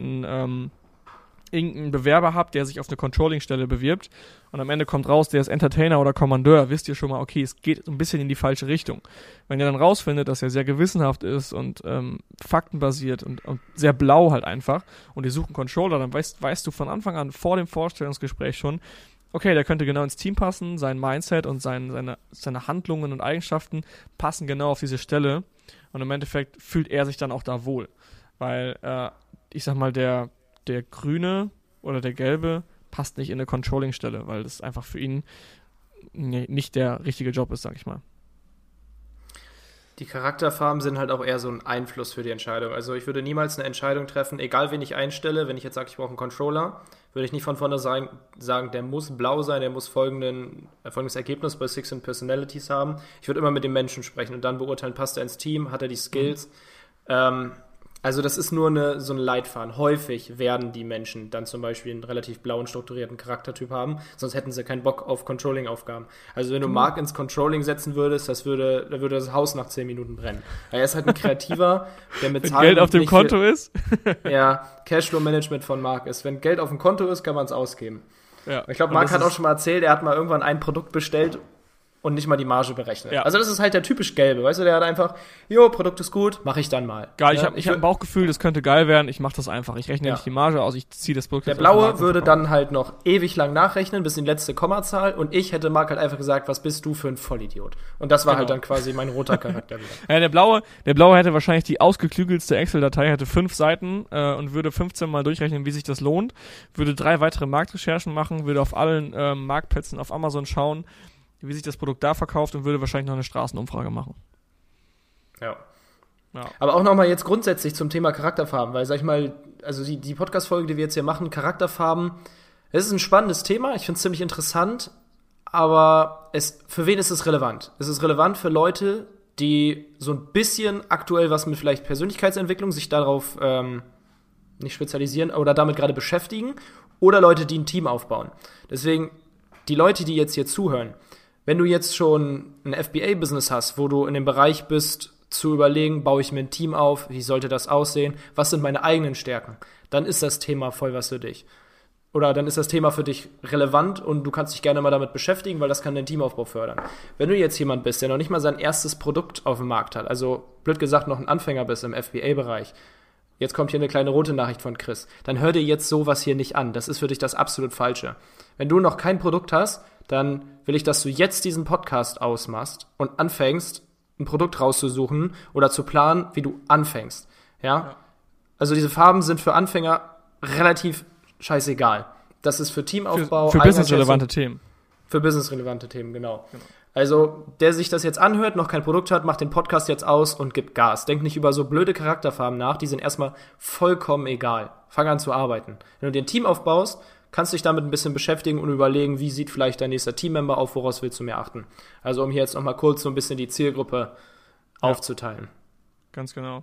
irgendeinen Bewerber habt, der sich auf eine Controlling-Stelle bewirbt und am Ende kommt raus, der ist Entertainer oder Kommandeur, wisst ihr schon mal, okay, es geht ein bisschen in die falsche Richtung. Wenn ihr dann rausfindet, dass er sehr gewissenhaft ist und faktenbasiert und sehr blau halt einfach und ihr sucht einen Controller, dann weißt du von Anfang an vor dem Vorstellungsgespräch schon, okay, der könnte genau ins Team passen, sein Mindset und seine Handlungen und Eigenschaften passen genau auf diese Stelle und im Endeffekt fühlt er sich dann auch da wohl. Weil, ich sag mal, der Grüne oder der Gelbe passt nicht in eine Controlling-Stelle, weil das einfach für ihn nicht der richtige Job ist, sag ich mal. Die Charakterfarben sind halt auch eher so ein Einfluss für die Entscheidung. Also ich würde niemals eine Entscheidung treffen, egal wen ich einstelle, wenn ich jetzt sage, ich brauche einen Controller, würde ich nicht von vornherein sagen, der muss blau sein, der muss folgendes Ergebnis bei 16 Personalities haben. Ich würde immer mit dem Menschen sprechen und dann beurteilen, passt er ins Team, hat er die Skills. Also das ist nur so ein Leitfaden. Häufig werden die Menschen dann zum Beispiel einen relativ blauen, strukturierten Charaktertyp haben, sonst hätten sie keinen Bock auf Controlling-Aufgaben. Also wenn du Mark ins Controlling setzen würdest, da würde das Haus nach 10 Minuten brennen. Er ist halt ein Kreativer, der mit Zahlen... Wenn Geld auf dem Konto ist? Ja, Cashflow-Management von Mark ist. Wenn Geld auf dem Konto ist, kann man es ausgeben. Ja. Ich glaube, Mark hat auch schon mal erzählt, er hat mal irgendwann ein Produkt bestellt und nicht mal die Marge berechnet. Ja. Also das ist halt der typisch Gelbe, weißt du, der hat einfach, Produkt ist gut, mache ich dann mal. Geil, ich hab ein Bauchgefühl, das könnte geil werden, ich mache das einfach. Ich rechne nicht die Marge aus, ich ziehe das Produkt. Der Blaue würde dann halt noch ewig lang nachrechnen, bis in die letzte Kommazahl und ich hätte Marc halt einfach gesagt, was bist du für ein Vollidiot? Und das war halt dann quasi mein roter Charakter wieder. Ja, der Blaue hätte wahrscheinlich die ausgeklügelste Excel-Datei, hätte 5 Seiten und würde 15 Mal durchrechnen, wie sich das lohnt, würde 3 weitere Marktrecherchen machen, würde auf allen Marktplätzen auf Amazon schauen, wie sich das Produkt da verkauft und würde wahrscheinlich noch eine Straßenumfrage machen. Ja. Aber auch nochmal jetzt grundsätzlich zum Thema Charakterfarben, weil, sag ich mal, also die Podcast-Folge, die wir jetzt hier machen, Charakterfarben, es ist ein spannendes Thema, ich finde es ziemlich interessant, aber für wen ist es relevant? Es ist relevant für Leute, die so ein bisschen aktuell was mit vielleicht Persönlichkeitsentwicklung sich darauf nicht spezialisieren oder damit gerade beschäftigen oder Leute, die ein Team aufbauen. Deswegen, die Leute, die jetzt hier zuhören, wenn du jetzt schon ein FBA-Business hast, wo du in dem Bereich bist, zu überlegen, baue ich mir ein Team auf, wie sollte das aussehen, was sind meine eigenen Stärken, dann ist das Thema voll was für dich. Oder dann ist das Thema für dich relevant und du kannst dich gerne mal damit beschäftigen, weil das kann deinen Teamaufbau fördern. Wenn du jetzt jemand bist, der noch nicht mal sein erstes Produkt auf dem Markt hat, also blöd gesagt noch ein Anfänger bist im FBA-Bereich, jetzt kommt hier eine kleine rote Nachricht von Chris, dann hör dir jetzt sowas hier nicht an. Das ist für dich das absolut Falsche. Wenn du noch kein Produkt hast, dann will ich, dass du jetzt diesen Podcast ausmachst und anfängst, ein Produkt rauszusuchen oder zu planen, wie du anfängst. Ja? Also diese Farben sind für Anfänger relativ scheißegal. Das ist für Teamaufbau. Für businessrelevante Themen. Für businessrelevante Themen, genau. Also, der sich das jetzt anhört, noch kein Produkt hat, macht den Podcast jetzt aus und gibt Gas. Denk nicht über so blöde Charakterfarben nach, die sind erstmal vollkommen egal. Fang an zu arbeiten. Wenn du dir ein Team aufbaust, kannst du dich damit ein bisschen beschäftigen und überlegen, wie sieht vielleicht dein nächster Teammember auf, woraus willst du mehr achten. Also, um hier jetzt nochmal kurz so ein bisschen die Zielgruppe aufzuteilen. Ganz genau.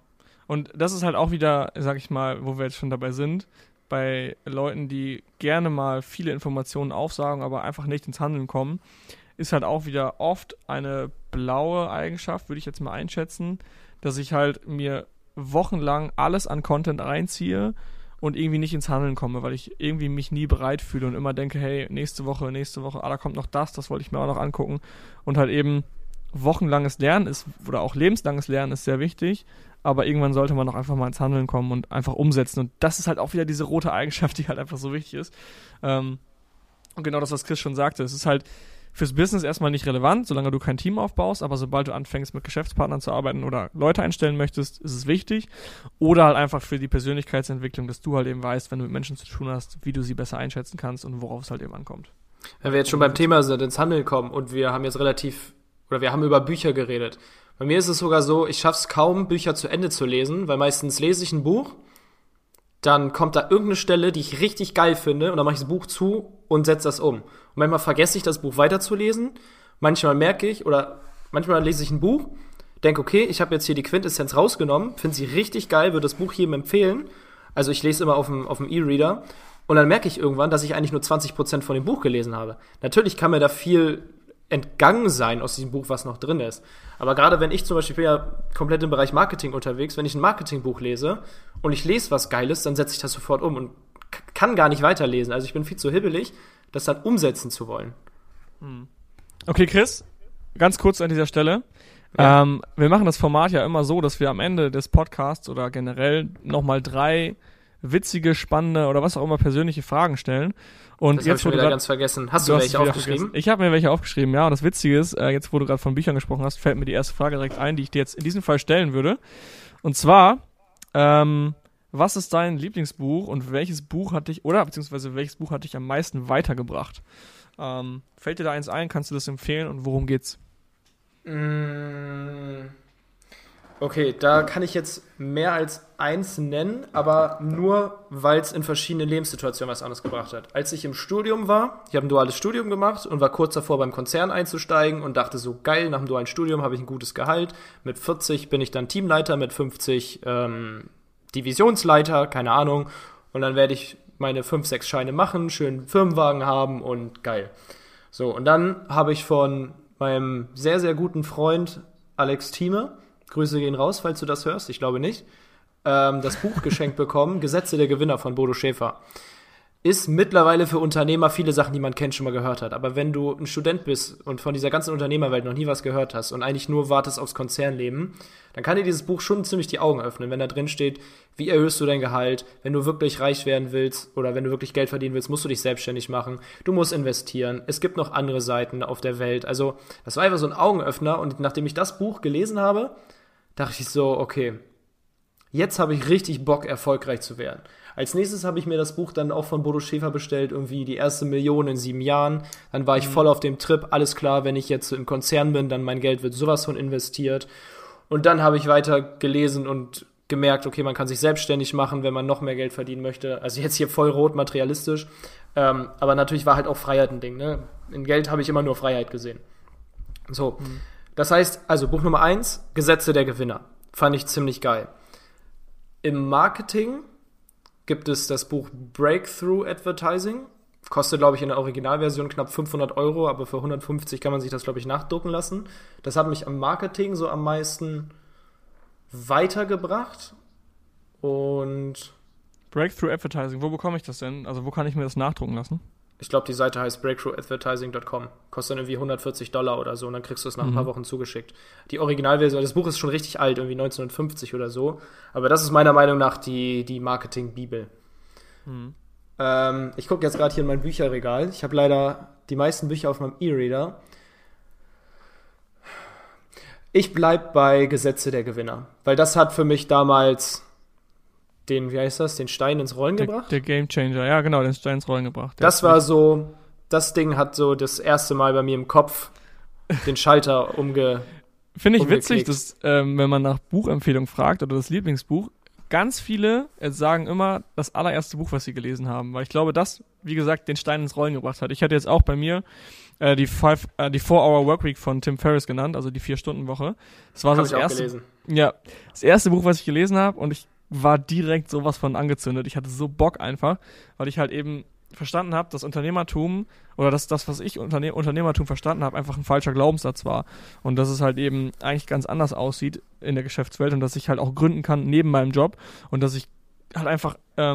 Und das ist halt auch wieder, sag ich mal, wo wir jetzt schon dabei sind, bei Leuten, die gerne mal viele Informationen aufsagen, aber einfach nicht ins Handeln kommen, ist halt auch wieder oft eine blaue Eigenschaft, würde ich jetzt mal einschätzen, dass ich halt mir wochenlang alles an Content reinziehe und irgendwie nicht ins Handeln komme, weil ich irgendwie mich nie bereit fühle und immer denke, hey, nächste Woche, da kommt noch das wollte ich mir auch noch angucken. Und halt eben wochenlanges Lernen ist, oder auch lebenslanges Lernen ist sehr wichtig, aber irgendwann sollte man auch einfach mal ins Handeln kommen und einfach umsetzen. Und das ist halt auch wieder diese rote Eigenschaft, die halt einfach so wichtig ist. Und genau das, was Chris schon sagte, es ist halt fürs Business erstmal nicht relevant, solange du kein Team aufbaust, aber sobald du anfängst, mit Geschäftspartnern zu arbeiten oder Leute einstellen möchtest, ist es wichtig. Oder halt einfach für die Persönlichkeitsentwicklung, dass du halt eben weißt, wenn du mit Menschen zu tun hast, wie du sie besser einschätzen kannst und worauf es halt eben ankommt. Wenn wir jetzt schon beim Thema sind, ins Handeln kommen und wir haben jetzt wir haben über Bücher geredet. Bei mir ist es sogar so, ich schaff's kaum, Bücher zu Ende zu lesen, weil meistens lese ich ein Buch, dann kommt da irgendeine Stelle, die ich richtig geil finde und dann mache ich das Buch zu und setze das um. Und manchmal vergesse ich, das Buch weiterzulesen, manchmal manchmal lese ich ein Buch, denke, okay, ich habe jetzt hier die Quintessenz rausgenommen, finde sie richtig geil, würde das Buch jedem empfehlen. Also ich lese immer auf dem E-Reader und dann merke ich irgendwann, dass ich eigentlich nur 20% von dem Buch gelesen habe. Natürlich kann mir da viel entgangen sein aus diesem Buch, was noch drin ist. Aber gerade wenn ich zum Beispiel, ich bin ja komplett im Bereich Marketing unterwegs, wenn ich ein Marketingbuch lese und ich lese was Geiles, dann setze ich das sofort um und kann gar nicht weiterlesen. Also ich bin viel zu hibbelig, das dann umsetzen zu wollen. Okay, Chris, ganz kurz an dieser Stelle. Ja. Wir machen das Format ja immer so, dass wir am Ende des Podcasts oder generell nochmal 3 witzige, spannende oder was auch immer persönliche Fragen stellen. Und das jetzt habe ich wieder ganz vergessen. Hast du welche aufgeschrieben? Ich habe mir welche aufgeschrieben, ja. Und das Witzige ist, jetzt wo du gerade von Büchern gesprochen hast, fällt mir die erste Frage direkt ein, die ich dir jetzt in diesem Fall stellen würde. Und zwar, was ist dein Lieblingsbuch und welches Buch hat dich am meisten weitergebracht? Fällt dir da eins ein? Kannst du das empfehlen und worum geht's? Okay, da kann ich jetzt mehr als eins nennen, aber nur, weil es in verschiedenen Lebenssituationen was anderes gebracht hat. Als ich im Studium war, ich habe ein duales Studium gemacht und war kurz davor, beim Konzern einzusteigen und dachte so, geil, nach dem dualen Studium habe ich ein gutes Gehalt. Mit 40 bin ich dann Teamleiter, mit 50 Divisionsleiter, keine Ahnung. Und dann werde ich meine 5, 6 Scheine machen, schönen Firmenwagen haben und geil. So, und dann habe ich von meinem sehr, sehr guten Freund Alex Thieme, Grüße gehen raus, falls du das hörst, ich glaube nicht, das Buch geschenkt bekommen, Gesetze der Gewinner von Bodo Schäfer. Ist mittlerweile für Unternehmer viele Sachen, die man kennt, schon mal gehört hat. Aber wenn du ein Student bist und von dieser ganzen Unternehmerwelt noch nie was gehört hast und eigentlich nur wartest aufs Konzernleben, dann kann dir dieses Buch schon ziemlich die Augen öffnen, wenn da drin steht, wie erhöhst du dein Gehalt, wenn du wirklich reich werden willst oder wenn du wirklich Geld verdienen willst, musst du dich selbstständig machen, du musst investieren, es gibt noch andere Seiten auf der Welt. Also das war einfach so ein Augenöffner und nachdem ich das Buch gelesen habe, dachte ich so, okay, jetzt habe ich richtig Bock, erfolgreich zu werden. Als nächstes habe ich mir das Buch dann auch von Bodo Schäfer bestellt, irgendwie die erste Million in 7 Jahren. Dann war ich voll auf dem Trip, alles klar, wenn ich jetzt im Konzern bin, dann mein Geld wird sowas von investiert. Und dann habe ich weiter gelesen und gemerkt, okay, man kann sich selbstständig machen, wenn man noch mehr Geld verdienen möchte. Also jetzt hier voll rot, materialistisch. Aber natürlich war halt auch Freiheit ein Ding, ne? In Geld habe ich immer nur Freiheit gesehen. So, das heißt, also Buch Nummer 1, Gesetze der Gewinner. Fand ich ziemlich geil. Im Marketing gibt es das Buch Breakthrough Advertising. Kostet, glaube ich, in der Originalversion knapp 500 €, aber für 150 kann man sich das, glaube ich, nachdrucken lassen. Das hat mich am Marketing so am meisten weitergebracht. Und Breakthrough Advertising, wo bekomme ich das denn? Also wo kann ich mir das nachdrucken lassen? ich glaube, die Seite heißt breakthroughatvertising.com. Kostet dann irgendwie $140 oder so und dann kriegst du es nach ein paar Wochen zugeschickt. Die Originalversion, das Buch ist schon richtig alt, irgendwie 1950 oder so. Aber das ist meiner Meinung nach die Marketing-Bibel. Ich gucke jetzt gerade hier in mein Bücherregal. Ich habe leider die meisten Bücher auf meinem E-Reader. Ich bleib bei Gesetze der Gewinner. Weil das hat für mich damals den Stein ins Rollen gebracht? Der Game Changer, ja genau, den Stein ins Rollen gebracht. Das war so, das Ding hat so das erste Mal bei mir im Kopf den Schalter Finde ich witzig, dass wenn man nach Buchempfehlung fragt oder das Lieblingsbuch, ganz viele sagen immer das allererste Buch, was sie gelesen haben, weil ich glaube, das, wie gesagt, den Stein ins Rollen gebracht hat. Ich hatte jetzt auch bei mir die 4-Hour Workweek von Tim Ferriss genannt, also die 4-Stunden-Woche. Das war so das erste. Gelesen. Ja, das erste Buch, was ich gelesen habe, und ich war direkt sowas von angezündet. Ich hatte so Bock einfach, weil ich halt eben verstanden habe, dass Unternehmertum oder dass das, was ich Unternehmertum verstanden habe, einfach ein falscher Glaubenssatz war. Und dass es halt eben eigentlich ganz anders aussieht in der Geschäftswelt und dass ich halt auch gründen kann neben meinem Job und dass ich halt einfach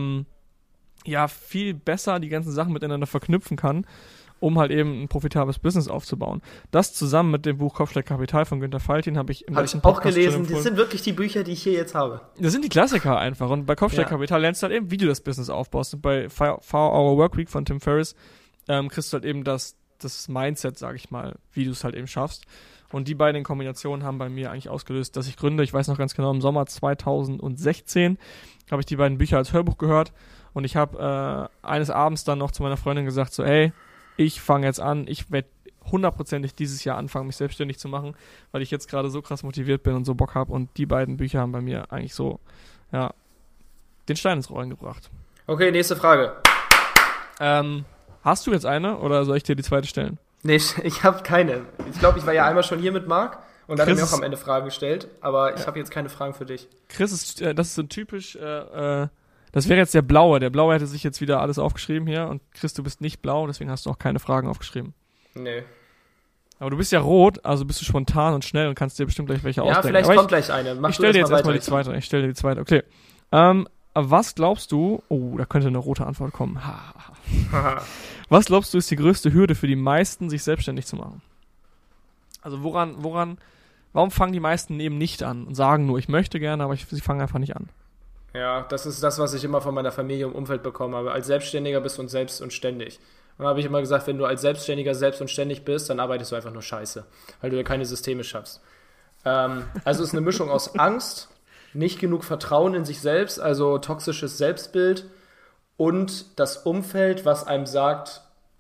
viel besser die ganzen Sachen miteinander verknüpfen kann, um halt eben ein profitables Business aufzubauen. Das zusammen mit dem Buch Kopfschläg Kapital von Günter Faltin habe ich auch gelesen. Das sind wirklich die Bücher, die ich hier jetzt habe. Das sind die Klassiker einfach. Und bei Kopfschläg Kapital lernst du halt eben, wie du das Business aufbaust. Und bei 4-Hour Workweek von Tim Ferriss kriegst du halt eben das Mindset, sag ich mal, wie du es halt eben schaffst. Und die beiden Kombinationen haben bei mir eigentlich ausgelöst, dass ich gründe. Ich weiß noch ganz genau, im Sommer 2016 habe ich die beiden Bücher als Hörbuch gehört. Und ich habe eines Abends dann noch zu meiner Freundin gesagt, so, ey, ich fange jetzt an, ich werde 100%ig dieses Jahr anfangen, mich selbstständig zu machen, weil ich jetzt gerade so krass motiviert bin und so Bock habe. Und die beiden Bücher haben bei mir eigentlich so, den Stein ins Rollen gebracht. Okay, nächste Frage. Hast du jetzt eine oder soll ich dir die zweite stellen? Nee, ich habe keine. Ich glaube, ich war ja einmal schon hier mit Marc und dann hat er mir auch am Ende Fragen gestellt, aber ich habe jetzt keine Fragen für dich. Chris, das ist so ein typisch, das wäre jetzt der Blaue. Der Blaue hätte sich jetzt wieder alles aufgeschrieben hier und Chris, du bist nicht blau, deswegen hast du auch keine Fragen aufgeschrieben. Nee. Aber du bist ja rot, also bist du spontan und schnell und kannst dir bestimmt gleich welche ausdenken. Ja, vielleicht kommt gleich eine. Ich stelle dir jetzt erstmal die zweite. Okay. Was glaubst du, da könnte eine rote Antwort kommen. Was glaubst du, ist die größte Hürde für die meisten, sich selbstständig zu machen? Also warum fangen die meisten eben nicht an und sagen nur, ich möchte gerne, aber sie fangen einfach nicht an? Ja, das ist das, was ich immer von meiner Familie im Umfeld bekommen habe. Als Selbstständiger bist du selbst und ständig. Und da habe ich immer gesagt, wenn du als Selbstständiger selbst und ständig bist, dann arbeitest du einfach nur scheiße, weil du ja keine Systeme schaffst. Also es ist eine Mischung aus Angst, nicht genug Vertrauen in sich selbst, also toxisches Selbstbild und das Umfeld, was einem sagt,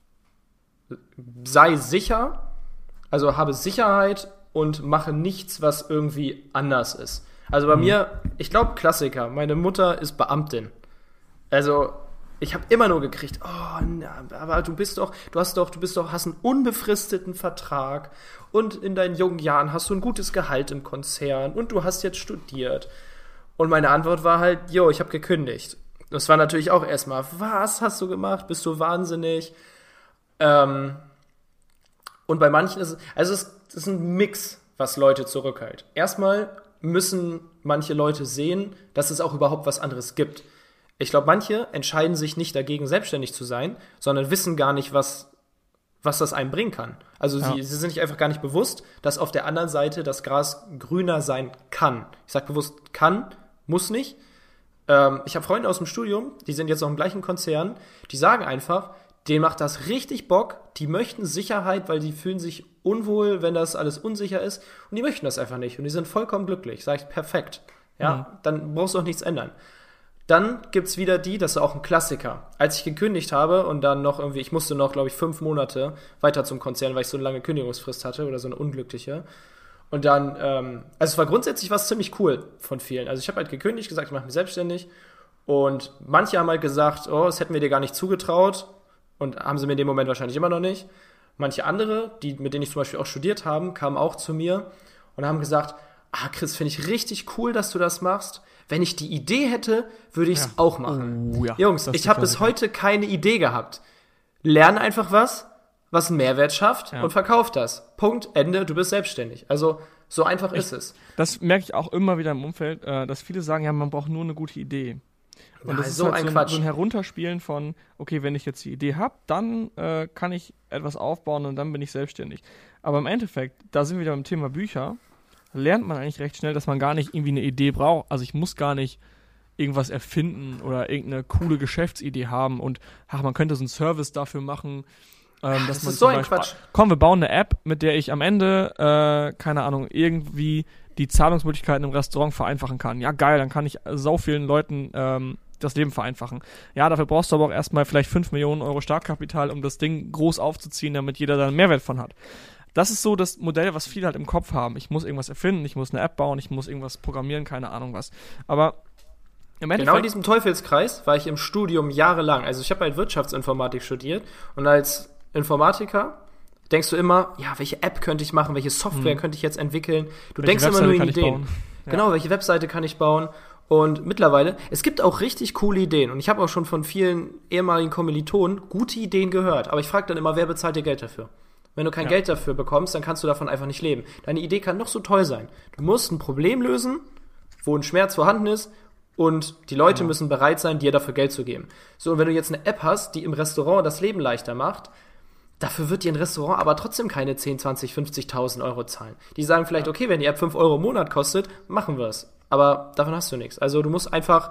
sei sicher, also habe Sicherheit und mache nichts, was irgendwie anders ist. Also bei mir, ich glaube Klassiker, meine Mutter ist Beamtin. Also ich habe immer nur gekriegt, aber du hast einen unbefristeten Vertrag und in deinen jungen Jahren hast du ein gutes Gehalt im Konzern und du hast jetzt studiert. Und meine Antwort war halt, ich habe gekündigt. Das war natürlich auch erstmal, was hast du gemacht? Bist du wahnsinnig? Und bei manchen ist es ist ein Mix, was Leute zurückhält. Erstmal müssen manche Leute sehen, dass es auch überhaupt was anderes gibt. Ich glaube, manche entscheiden sich nicht dagegen, selbstständig zu sein, sondern wissen gar nicht, was das einem bringen kann. Also sie sind sich einfach gar nicht bewusst, dass auf der anderen Seite das Gras grüner sein kann. Ich sage bewusst kann, muss nicht. Ich habe Freunde aus dem Studium, die sind jetzt noch im gleichen Konzern, die sagen einfach, denen macht das richtig Bock, die möchten Sicherheit, weil die fühlen sich unwohl, wenn das alles unsicher ist und die möchten das einfach nicht und die sind vollkommen glücklich. Sag ich, perfekt. Ja, dann brauchst du auch nichts ändern. Dann gibt's wieder das ist auch ein Klassiker. Als ich gekündigt habe und dann noch ich musste noch, glaube ich, 5 Monate weiter zum Konzern, weil ich so eine lange Kündigungsfrist hatte oder so eine unglückliche. Und dann, also es war grundsätzlich was ziemlich cool von vielen. Also ich habe halt gekündigt, gesagt, ich mache mich selbstständig und manche haben halt gesagt, das hätten wir dir gar nicht zugetraut und haben sie mir in dem Moment wahrscheinlich immer noch nicht. Manche andere, mit denen ich zum Beispiel auch studiert habe, kamen auch zu mir und haben gesagt, Chris, finde ich richtig cool, dass du das machst. Wenn ich die Idee hätte, würde ich es auch machen. Jungs, ich habe bis heute keine Idee gehabt. Lern einfach was einen Mehrwert schafft und verkauf das. Punkt, Ende, du bist selbstständig. Also so einfach ist es. Das merke ich auch immer wieder im Umfeld, dass viele sagen, man braucht nur eine gute Idee. Und das ist so halt so ein Herunterspielen von, okay, wenn ich jetzt die Idee habe, dann kann ich etwas aufbauen und dann bin ich selbstständig. Aber im Endeffekt, da sind wir wieder beim Thema Bücher, lernt man eigentlich recht schnell, dass man gar nicht irgendwie eine Idee braucht. Also ich muss gar nicht irgendwas erfinden oder irgendeine coole Geschäftsidee haben und man könnte so einen Service dafür machen, dass das man ist so ein Quatsch. Komm, wir bauen eine App, mit der ich am Ende, keine Ahnung, irgendwie die Zahlungsmöglichkeiten im Restaurant vereinfachen kann. Ja, geil, dann kann ich sau vielen Leuten das Leben vereinfachen. Ja, dafür brauchst du aber auch erstmal vielleicht 5 Millionen Euro Startkapital, um das Ding groß aufzuziehen, damit jeder da einen Mehrwert von hat. Das ist so das Modell, was viele halt im Kopf haben. Ich muss irgendwas erfinden, ich muss eine App bauen, ich muss irgendwas programmieren, keine Ahnung was. Aber Genau in diesem Teufelskreis war ich im Studium jahrelang. Also ich habe halt Wirtschaftsinformatik studiert und als Informatiker denkst du immer, ja, welche App könnte ich machen, welche Software könnte ich jetzt entwickeln? Du denkst immer nur in Ideen. Genau, welche Webseite kann ich bauen? Und mittlerweile, es gibt auch richtig coole Ideen. Und ich habe auch schon von vielen ehemaligen Kommilitonen gute Ideen gehört. Aber ich frage dann immer, wer bezahlt dir Geld dafür? Wenn du kein Geld dafür bekommst, dann kannst du davon einfach nicht leben. Deine Idee kann noch so toll sein. Du musst ein Problem lösen, wo ein Schmerz vorhanden ist, und die Leute müssen bereit sein, dir dafür Geld zu geben. So, und wenn du jetzt eine App hast, die im Restaurant das Leben leichter macht, dafür wird dir ein Restaurant aber trotzdem keine 10, 20, 50.000 Euro zahlen. Die sagen vielleicht, okay, wenn die App 5 Euro im Monat kostet, machen wir es. Aber davon hast du nichts. Also du musst einfach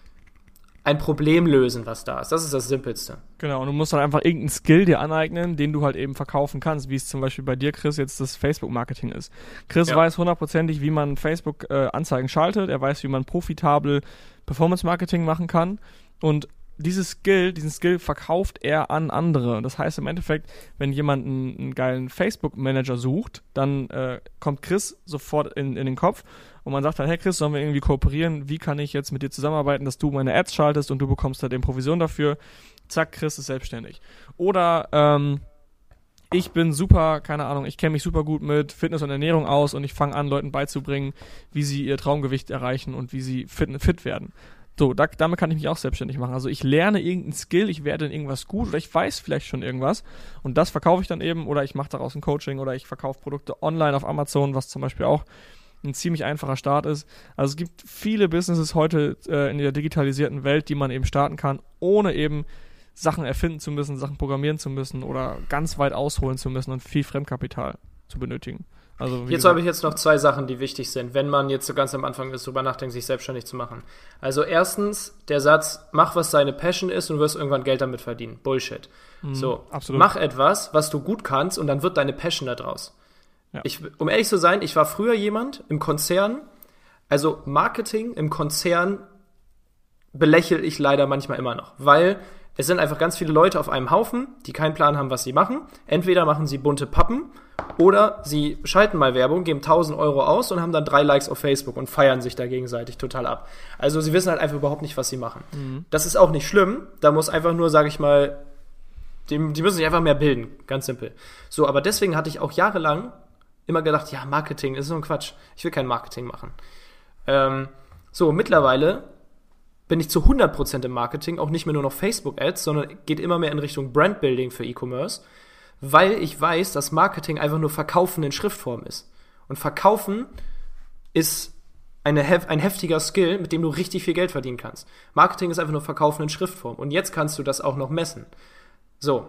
ein Problem lösen, was da ist. Das ist das Simpelste. Genau, und du musst dann einfach irgendeinen Skill dir aneignen, den du halt eben verkaufen kannst, wie es zum Beispiel bei dir, Chris, jetzt das Facebook-Marketing ist. Chris weiß hundertprozentig, wie man Facebook-Anzeigen schaltet, er weiß, wie man profitabel Performance-Marketing machen kann, und diesen Skill verkauft er an andere. Das heißt im Endeffekt, wenn jemand einen geilen Facebook-Manager sucht, dann kommt Chris sofort in den Kopf und man sagt dann, hey Chris, sollen wir irgendwie kooperieren? Wie kann ich jetzt mit dir zusammenarbeiten, dass du meine Ads schaltest und du bekommst halt eben Provision dafür? Zack, Chris ist selbstständig. Oder ich bin super, keine Ahnung, ich kenne mich super gut mit Fitness und Ernährung aus und ich fange an, Leuten beizubringen, wie sie ihr Traumgewicht erreichen und wie sie fit werden. So, damit kann ich mich auch selbstständig machen. Also ich lerne irgendeinen Skill, ich werde in irgendwas gut oder ich weiß vielleicht schon irgendwas und das verkaufe ich dann eben, oder ich mache daraus ein Coaching oder ich verkaufe Produkte online auf Amazon, was zum Beispiel auch ein ziemlich einfacher Start ist. Also es gibt viele Businesses heute in der digitalisierten Welt, die man eben starten kann, ohne eben Sachen erfinden zu müssen, Sachen programmieren zu müssen oder ganz weit ausholen zu müssen und viel Fremdkapital zu benötigen. Also, hierzu habe ich jetzt noch 2 Sachen, die wichtig sind, wenn man jetzt so ganz am Anfang ist, drüber nachdenkt, sich selbstständig zu machen. Also erstens, der Satz, mach, was deine Passion ist und du wirst irgendwann Geld damit verdienen. Bullshit. Absolut. Mach etwas, was du gut kannst und dann wird deine Passion da draus. Ja. Um ehrlich zu sein, ich war früher jemand im Konzern, also Marketing im Konzern belächle ich leider manchmal immer noch, weil es sind einfach ganz viele Leute auf einem Haufen, die keinen Plan haben, was sie machen. Entweder machen sie bunte Pappen oder sie schalten mal Werbung, geben 1.000 Euro aus und haben dann 3 Likes auf Facebook und feiern sich da gegenseitig total ab. Also sie wissen halt einfach überhaupt nicht, was sie machen. Das ist auch nicht schlimm. Da muss einfach nur, sage ich mal, die müssen sich einfach mehr bilden. Ganz simpel. So, aber deswegen hatte ich auch jahrelang immer gedacht, ja, Marketing ist so ein Quatsch. Ich will kein Marketing machen. Mittlerweile bin ich zu 100% im Marketing, auch nicht mehr nur noch Facebook-Ads, sondern geht immer mehr in Richtung Brandbuilding für E-Commerce, weil ich weiß, dass Marketing einfach nur Verkaufen in Schriftform ist. Und Verkaufen ist ein heftiger Skill, mit dem du richtig viel Geld verdienen kannst. Marketing ist einfach nur Verkaufen in Schriftform. Und jetzt kannst du das auch noch messen. So,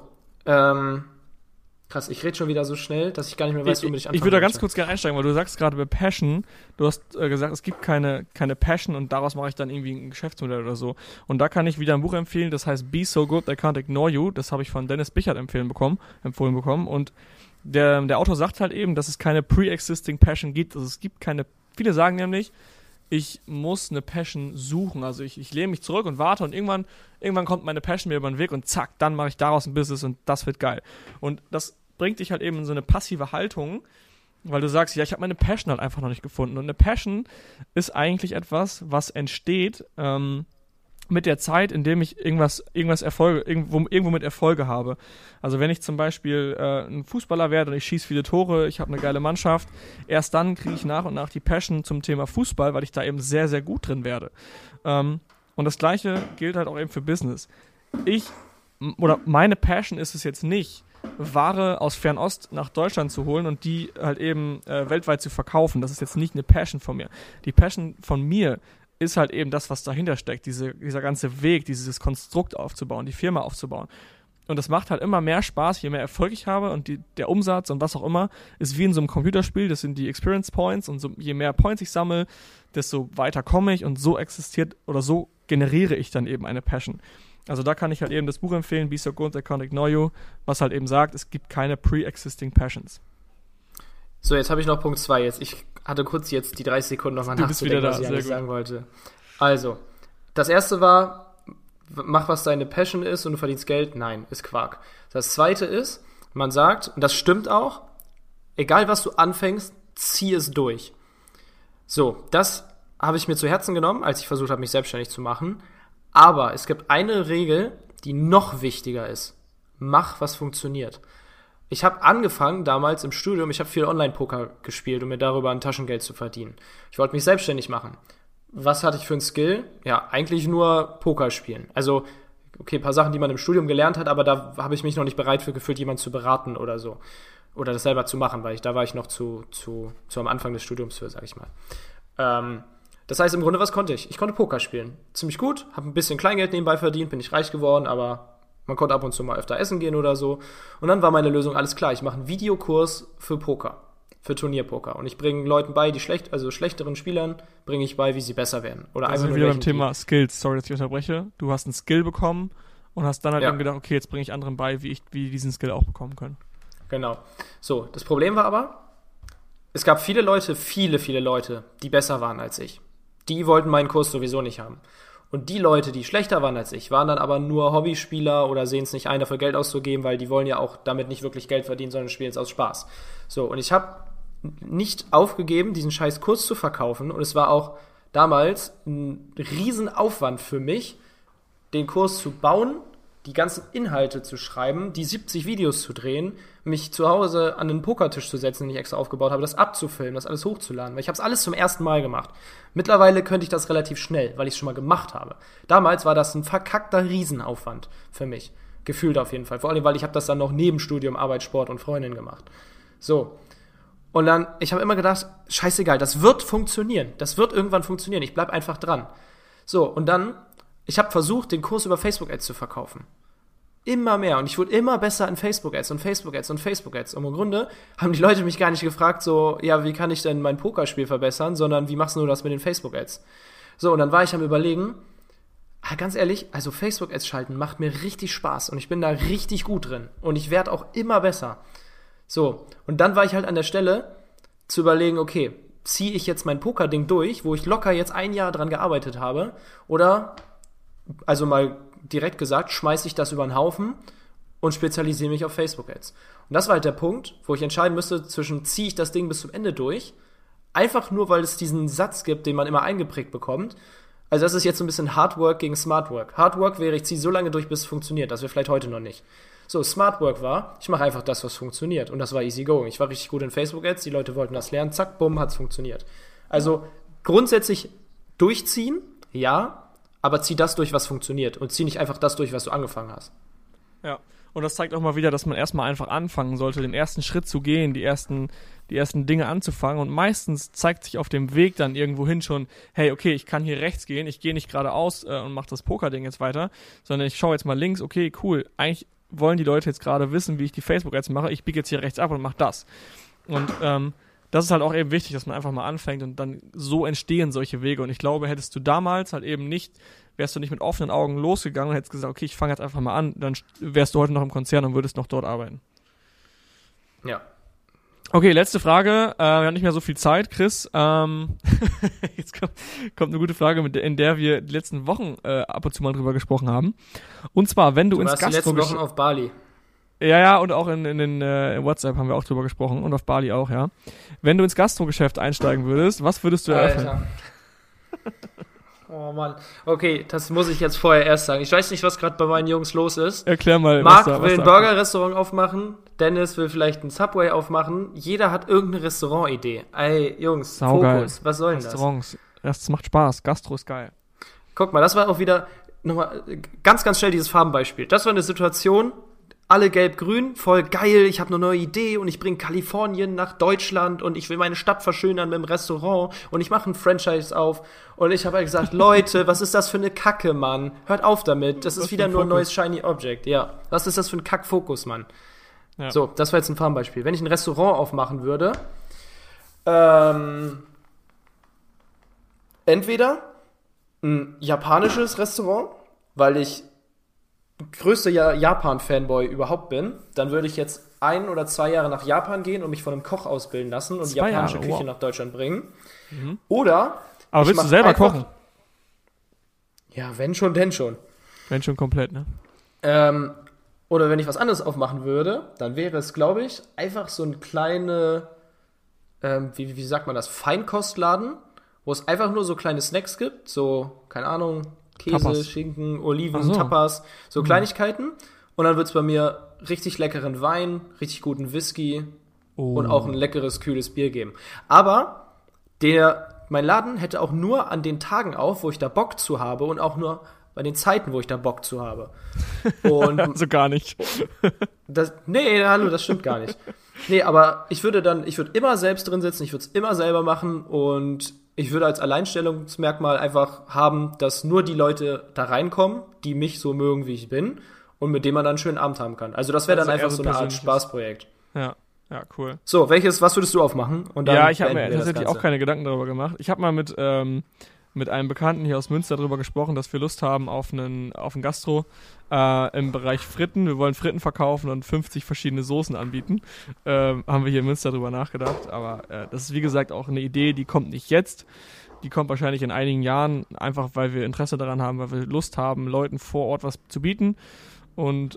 krass, ich rede schon wieder so schnell, dass ich gar nicht mehr weiß, womit ich anfangen Ich würde da ganz kurz gerne einsteigen, weil du sagst gerade bei Passion, du hast gesagt, es gibt keine Passion und daraus mache ich dann irgendwie ein Geschäftsmodell oder so. Und da kann ich wieder ein Buch empfehlen, das heißt Be So Good, They Can't Ignore You. Das habe ich von Dennis Bichert empfohlen bekommen. Und der Autor sagt halt eben, dass es keine Pre-Existing Passion gibt. Also es gibt keine, viele sagen nämlich, ich muss eine Passion suchen. Also ich lehne mich zurück und warte und irgendwann kommt meine Passion mir über den Weg und zack, dann mache ich daraus ein Business und das wird geil. Und das bringt dich halt eben in so eine passive Haltung, weil du sagst, ja, ich habe meine Passion halt einfach noch nicht gefunden. Und eine Passion ist eigentlich etwas, was entsteht mit der Zeit, indem ich irgendwo mit Erfolge habe. Also wenn ich zum Beispiel ein Fußballer werde und ich schieße viele Tore, ich habe eine geile Mannschaft, erst dann kriege ich nach und nach die Passion zum Thema Fußball, weil ich da eben sehr, sehr gut drin werde. Und das Gleiche gilt halt auch eben für Business. Meine Passion ist es jetzt nicht, Ware aus Fernost nach Deutschland zu holen und die halt eben weltweit zu verkaufen. Das ist jetzt nicht eine Passion von mir. Die Passion von mir ist halt eben das, was dahinter steckt, dieser ganze Weg, dieses Konstrukt aufzubauen, die Firma aufzubauen. Und das macht halt immer mehr Spaß, je mehr Erfolg ich habe und der Umsatz und was auch immer ist wie in so einem Computerspiel, das sind die Experience Points und so, je mehr Points ich sammle, desto weiter komme ich und so existiert oder so generiere ich dann eben eine Passion. Also da kann ich halt eben das Buch empfehlen, Be So Good, They Can't Ignore You, was halt eben sagt, es gibt keine Pre-Existing Passions. So, jetzt habe ich noch Punkt 2. Ich hatte kurz jetzt die 30 Sekunden nochmal nachzudenken, was ich eigentlich sagen wollte. Also, das erste war, mach, was deine Passion ist und du verdienst Geld. Nein, ist Quark. Das zweite ist, man sagt, und das stimmt auch, egal was du anfängst, zieh es durch. So, das habe ich mir zu Herzen genommen, als ich versucht habe, mich selbstständig zu machen. Aber es gibt eine Regel, die noch wichtiger ist. Mach, was funktioniert. Ich habe angefangen damals im Studium, ich habe viel Online-Poker gespielt, um mir darüber ein Taschengeld zu verdienen. Ich wollte mich selbstständig machen. Was hatte ich für einen Skill? Ja, eigentlich nur Poker spielen. Also, okay, ein paar Sachen, die man im Studium gelernt hat, aber da habe ich mich noch nicht bereit für gefühlt, jemanden zu beraten oder so. Oder das selber zu machen, weil da war ich noch zu am Anfang des Studiums für, sag ich mal. Das heißt, im Grunde, was konnte ich? Ich konnte Poker spielen. Ziemlich gut, habe ein bisschen Kleingeld nebenbei verdient, bin ich reich geworden, aber man konnte ab und zu mal öfter essen gehen oder so. Und dann war meine Lösung, alles klar, ich mache einen Videokurs für Poker, für Turnierpoker. Und ich bringe Leuten bei, die schlechteren Spielern, bringe ich bei, wie sie besser werden. Oder also einfach wieder beim Thema Skills, sorry, dass ich unterbreche. Du hast einen Skill bekommen und hast dann halt eben gedacht, okay, jetzt bringe ich anderen bei, wie die diesen Skill auch bekommen können. Genau. So, das Problem war aber, es gab viele Leute, die besser waren als ich. Die wollten meinen Kurs sowieso nicht haben. Und die Leute, die schlechter waren als ich, waren dann aber nur Hobbyspieler oder sehen es nicht ein, dafür Geld auszugeben, weil die wollen ja auch damit nicht wirklich Geld verdienen, sondern spielen es aus Spaß. So, und ich habe nicht aufgegeben, diesen scheiß Kurs zu verkaufen. Und es war auch damals ein Riesenaufwand für mich, den Kurs zu bauen, die ganzen Inhalte zu schreiben, die 70 Videos zu drehen, mich zu Hause an den Pokertisch zu setzen, den ich extra aufgebaut habe, das abzufilmen, das alles hochzuladen. Weil ich habe es alles zum ersten Mal gemacht. Mittlerweile könnte ich das relativ schnell, weil ich es schon mal gemacht habe. Damals war das ein verkackter Riesenaufwand für mich. Gefühlt auf jeden Fall. Vor allem, weil ich habe das dann noch neben Studium, Arbeit, Sport und Freundin gemacht. So. Und dann, ich habe immer gedacht, scheißegal, das wird funktionieren. Das wird irgendwann funktionieren. Ich bleib einfach dran. So, und dann, ich habe versucht, den Kurs über Facebook-Ads zu verkaufen. Immer mehr. Und ich wurde immer besser in Facebook-Ads und Facebook-Ads und Facebook-Ads. Und im Grunde haben die Leute mich gar nicht gefragt, so, ja, wie kann ich denn mein Pokerspiel verbessern, sondern wie machst du das mit den Facebook-Ads? So, und dann war ich am Überlegen, ganz ehrlich, also Facebook-Ads schalten macht mir richtig Spaß. Und ich bin da richtig gut drin. Und ich werde auch immer besser. So, und dann war ich halt an der Stelle zu überlegen, okay, ziehe ich jetzt mein Poker-Ding durch, wo ich locker jetzt 1 Jahr dran gearbeitet habe, oder, also mal direkt gesagt, schmeiße ich das über den Haufen und spezialisiere mich auf Facebook-Ads. Und das war halt der Punkt, wo ich entscheiden müsste zwischen, ziehe ich das Ding bis zum Ende durch, einfach nur, weil es diesen Satz gibt, den man immer eingeprägt bekommt. Also das ist jetzt so ein bisschen Hard Work gegen Smart Work. Hard Work wäre, ich ziehe so lange durch, bis es funktioniert. Das wäre vielleicht heute noch nicht. So, Smart Work war, ich mache einfach das, was funktioniert. Und das war easy going. Ich war richtig gut in Facebook-Ads, die Leute wollten das lernen, zack, bumm, hat's funktioniert. Also grundsätzlich durchziehen, ja, aber zieh das durch, was funktioniert. Und zieh nicht einfach das durch, was du angefangen hast. Ja, und das zeigt auch mal wieder, dass man erstmal einfach anfangen sollte, den ersten Schritt zu gehen, die ersten Dinge anzufangen. Und meistens zeigt sich auf dem Weg dann irgendwohin schon, hey, okay, ich kann hier rechts gehen, ich gehe nicht geradeaus und mache das Poker-Ding jetzt weiter, sondern ich schaue jetzt mal links, okay, cool, eigentlich wollen die Leute jetzt gerade wissen, wie ich die Facebook-Ads mache, ich biege jetzt hier rechts ab und mache das. Und das ist halt auch eben wichtig, dass man einfach mal anfängt und dann so entstehen solche Wege. Und ich glaube, hättest du damals halt eben nicht, wärst du nicht mit offenen Augen losgegangen und hättest gesagt, okay, ich fange jetzt einfach mal an, dann wärst du heute noch im Konzern und würdest noch dort arbeiten. Ja. Okay, letzte Frage. Wir haben nicht mehr so viel Zeit, Chris. Jetzt kommt eine gute Frage, in der wir die letzten Wochen ab und zu mal drüber gesprochen haben. Und zwar, wenn du ins Gastro... die letzten Wochen auf Bali. Ja, und auch in WhatsApp haben wir auch drüber gesprochen und auf Bali auch, ja. Wenn du ins Gastrogeschäft einsteigen würdest, was würdest du eröffnen? Alter. Oh Mann. Okay, das muss ich jetzt vorher erst sagen. Ich weiß nicht, was gerade bei meinen Jungs los ist. Erklär mal. Marc will ein Burger-Restaurant aufmachen. Dennis will vielleicht ein Subway aufmachen. Jeder hat irgendeine Restaurant-Idee. Ey, Jungs, saugeil. Fokus. Was soll denn Restaurants. Das macht Spaß. Gastro ist geil. Guck mal, das war auch wieder nochmal ganz, ganz schnell dieses Farbenbeispiel. Das war eine Situation, alle gelb-grün, voll geil, ich habe eine neue Idee und ich bringe Kalifornien nach Deutschland und ich will meine Stadt verschönern mit dem Restaurant und ich mache ein Franchise auf und ich habe halt gesagt, Leute, was ist das für eine Kacke, Mann? Hört auf damit, das ist wieder nur ein neues Shiny Object, ja. Was ist das für ein Kack-Fokus, Mann? Ja. So, das war jetzt ein Farbenbeispiel. Wenn ich ein Restaurant aufmachen würde, entweder ein japanisches Restaurant, weil ich größter Japan-Fanboy überhaupt bin, dann würde ich jetzt 1 oder 2 Jahre nach Japan gehen und mich von einem Koch ausbilden lassen und die japanische Küche nach Deutschland bringen. Mhm. Oder... Aber willst du selber kochen? Ja, wenn schon, denn schon. Wenn schon komplett, ne? Oder wenn ich was anderes aufmachen würde, dann wäre es, glaube ich, einfach so ein kleine, wie sagt man das, Feinkostladen, wo es einfach nur so kleine Snacks gibt, so, keine Ahnung, Käse, Tapas. Schinken, Oliven, Ach so. Tapas, so Kleinigkeiten. Und dann wird's bei mir richtig leckeren Wein, richtig guten Whisky und auch ein leckeres, kühles Bier geben. Aber mein Laden hätte auch nur an den Tagen auf, wo ich da Bock zu habe und auch nur bei den Zeiten, wo ich da Bock zu habe. Und Also gar nicht. hallo, das stimmt gar nicht. Nee, aber ich würde immer selbst drin sitzen, ich würde es immer selber machen und ich würde als Alleinstellungsmerkmal einfach haben, dass nur die Leute da reinkommen, die mich so mögen, wie ich bin und mit denen man dann einen schönen Abend haben kann. Also das wäre dann Also eher einfach so so eine Art persönliches. Spaßprojekt. Ja, cool. So, was würdest du aufmachen? Und dann Ja, ich habe beenden mir wir das tatsächlich Ganze. auch keine Gedanken darüber gemacht. Ich habe mal mit einem Bekannten hier aus Münster darüber gesprochen, dass wir Lust haben auf einen Gastro im Bereich Fritten. Wir wollen Fritten verkaufen und 50 verschiedene Soßen anbieten. Haben wir hier in Münster drüber nachgedacht. Aber das ist wie gesagt auch eine Idee, die kommt nicht jetzt. Die kommt wahrscheinlich in einigen Jahren, einfach weil wir Interesse daran haben, weil wir Lust haben, Leuten vor Ort was zu bieten. Und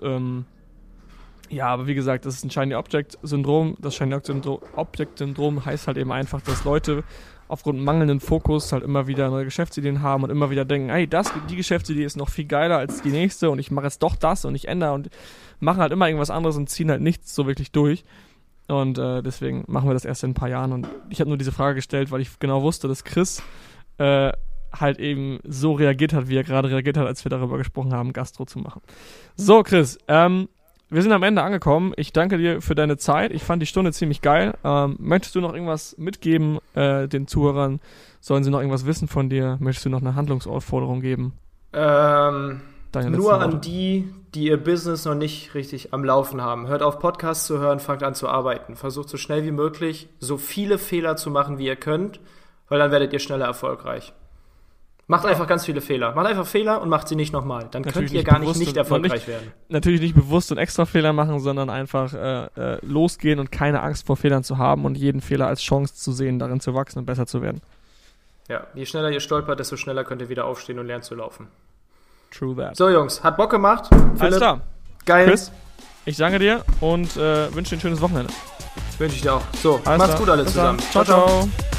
ja, aber wie gesagt, das ist ein Shiny Object Syndrom. Das Shiny Object Syndrom heißt halt eben einfach, dass Leute aufgrund mangelnden Fokus halt immer wieder neue Geschäftsideen haben und immer wieder denken, hey, die Geschäftsidee ist noch viel geiler als die nächste und ich mache jetzt doch das und ich ändere und machen halt immer irgendwas anderes und ziehen halt nichts so wirklich durch. Und deswegen machen wir das erst in ein paar Jahren. Und ich habe nur diese Frage gestellt, weil ich genau wusste, dass Chris halt eben so reagiert hat, wie er gerade reagiert hat, als wir darüber gesprochen haben, Gastro zu machen. So, Chris, wir sind am Ende angekommen. Ich danke dir für deine Zeit. Ich fand die Stunde ziemlich geil. Möchtest du noch irgendwas mitgeben den Zuhörern? Sollen sie noch irgendwas wissen von dir? Möchtest du noch eine Handlungsaufforderung geben? Nur letzten Worte. an die ihr Business noch nicht richtig am Laufen haben. Hört auf, Podcasts zu hören, fangt an zu arbeiten. Versucht so schnell wie möglich, so viele Fehler zu machen, wie ihr könnt, weil dann werdet ihr schneller erfolgreich. Macht einfach ganz viele Fehler. Macht einfach Fehler und macht sie nicht nochmal. Dann Natürlich könnt ihr nicht gar bewusst nicht und erfolgreich werden. Natürlich nicht bewusst und extra Fehler machen, sondern einfach losgehen und keine Angst vor Fehlern zu haben und jeden Fehler als Chance zu sehen, darin zu wachsen und besser zu werden. Ja, je schneller ihr stolpert, desto schneller könnt ihr wieder aufstehen und lernen zu laufen. True that. So, Jungs, hat Bock gemacht. Alles Philipp, klar. geil. Chris, ich danke dir und wünsche dir ein schönes Wochenende. Wünsche ich dir auch. So, Alles macht's klar. gut alle Bis zusammen. dann. Ciao, ciao.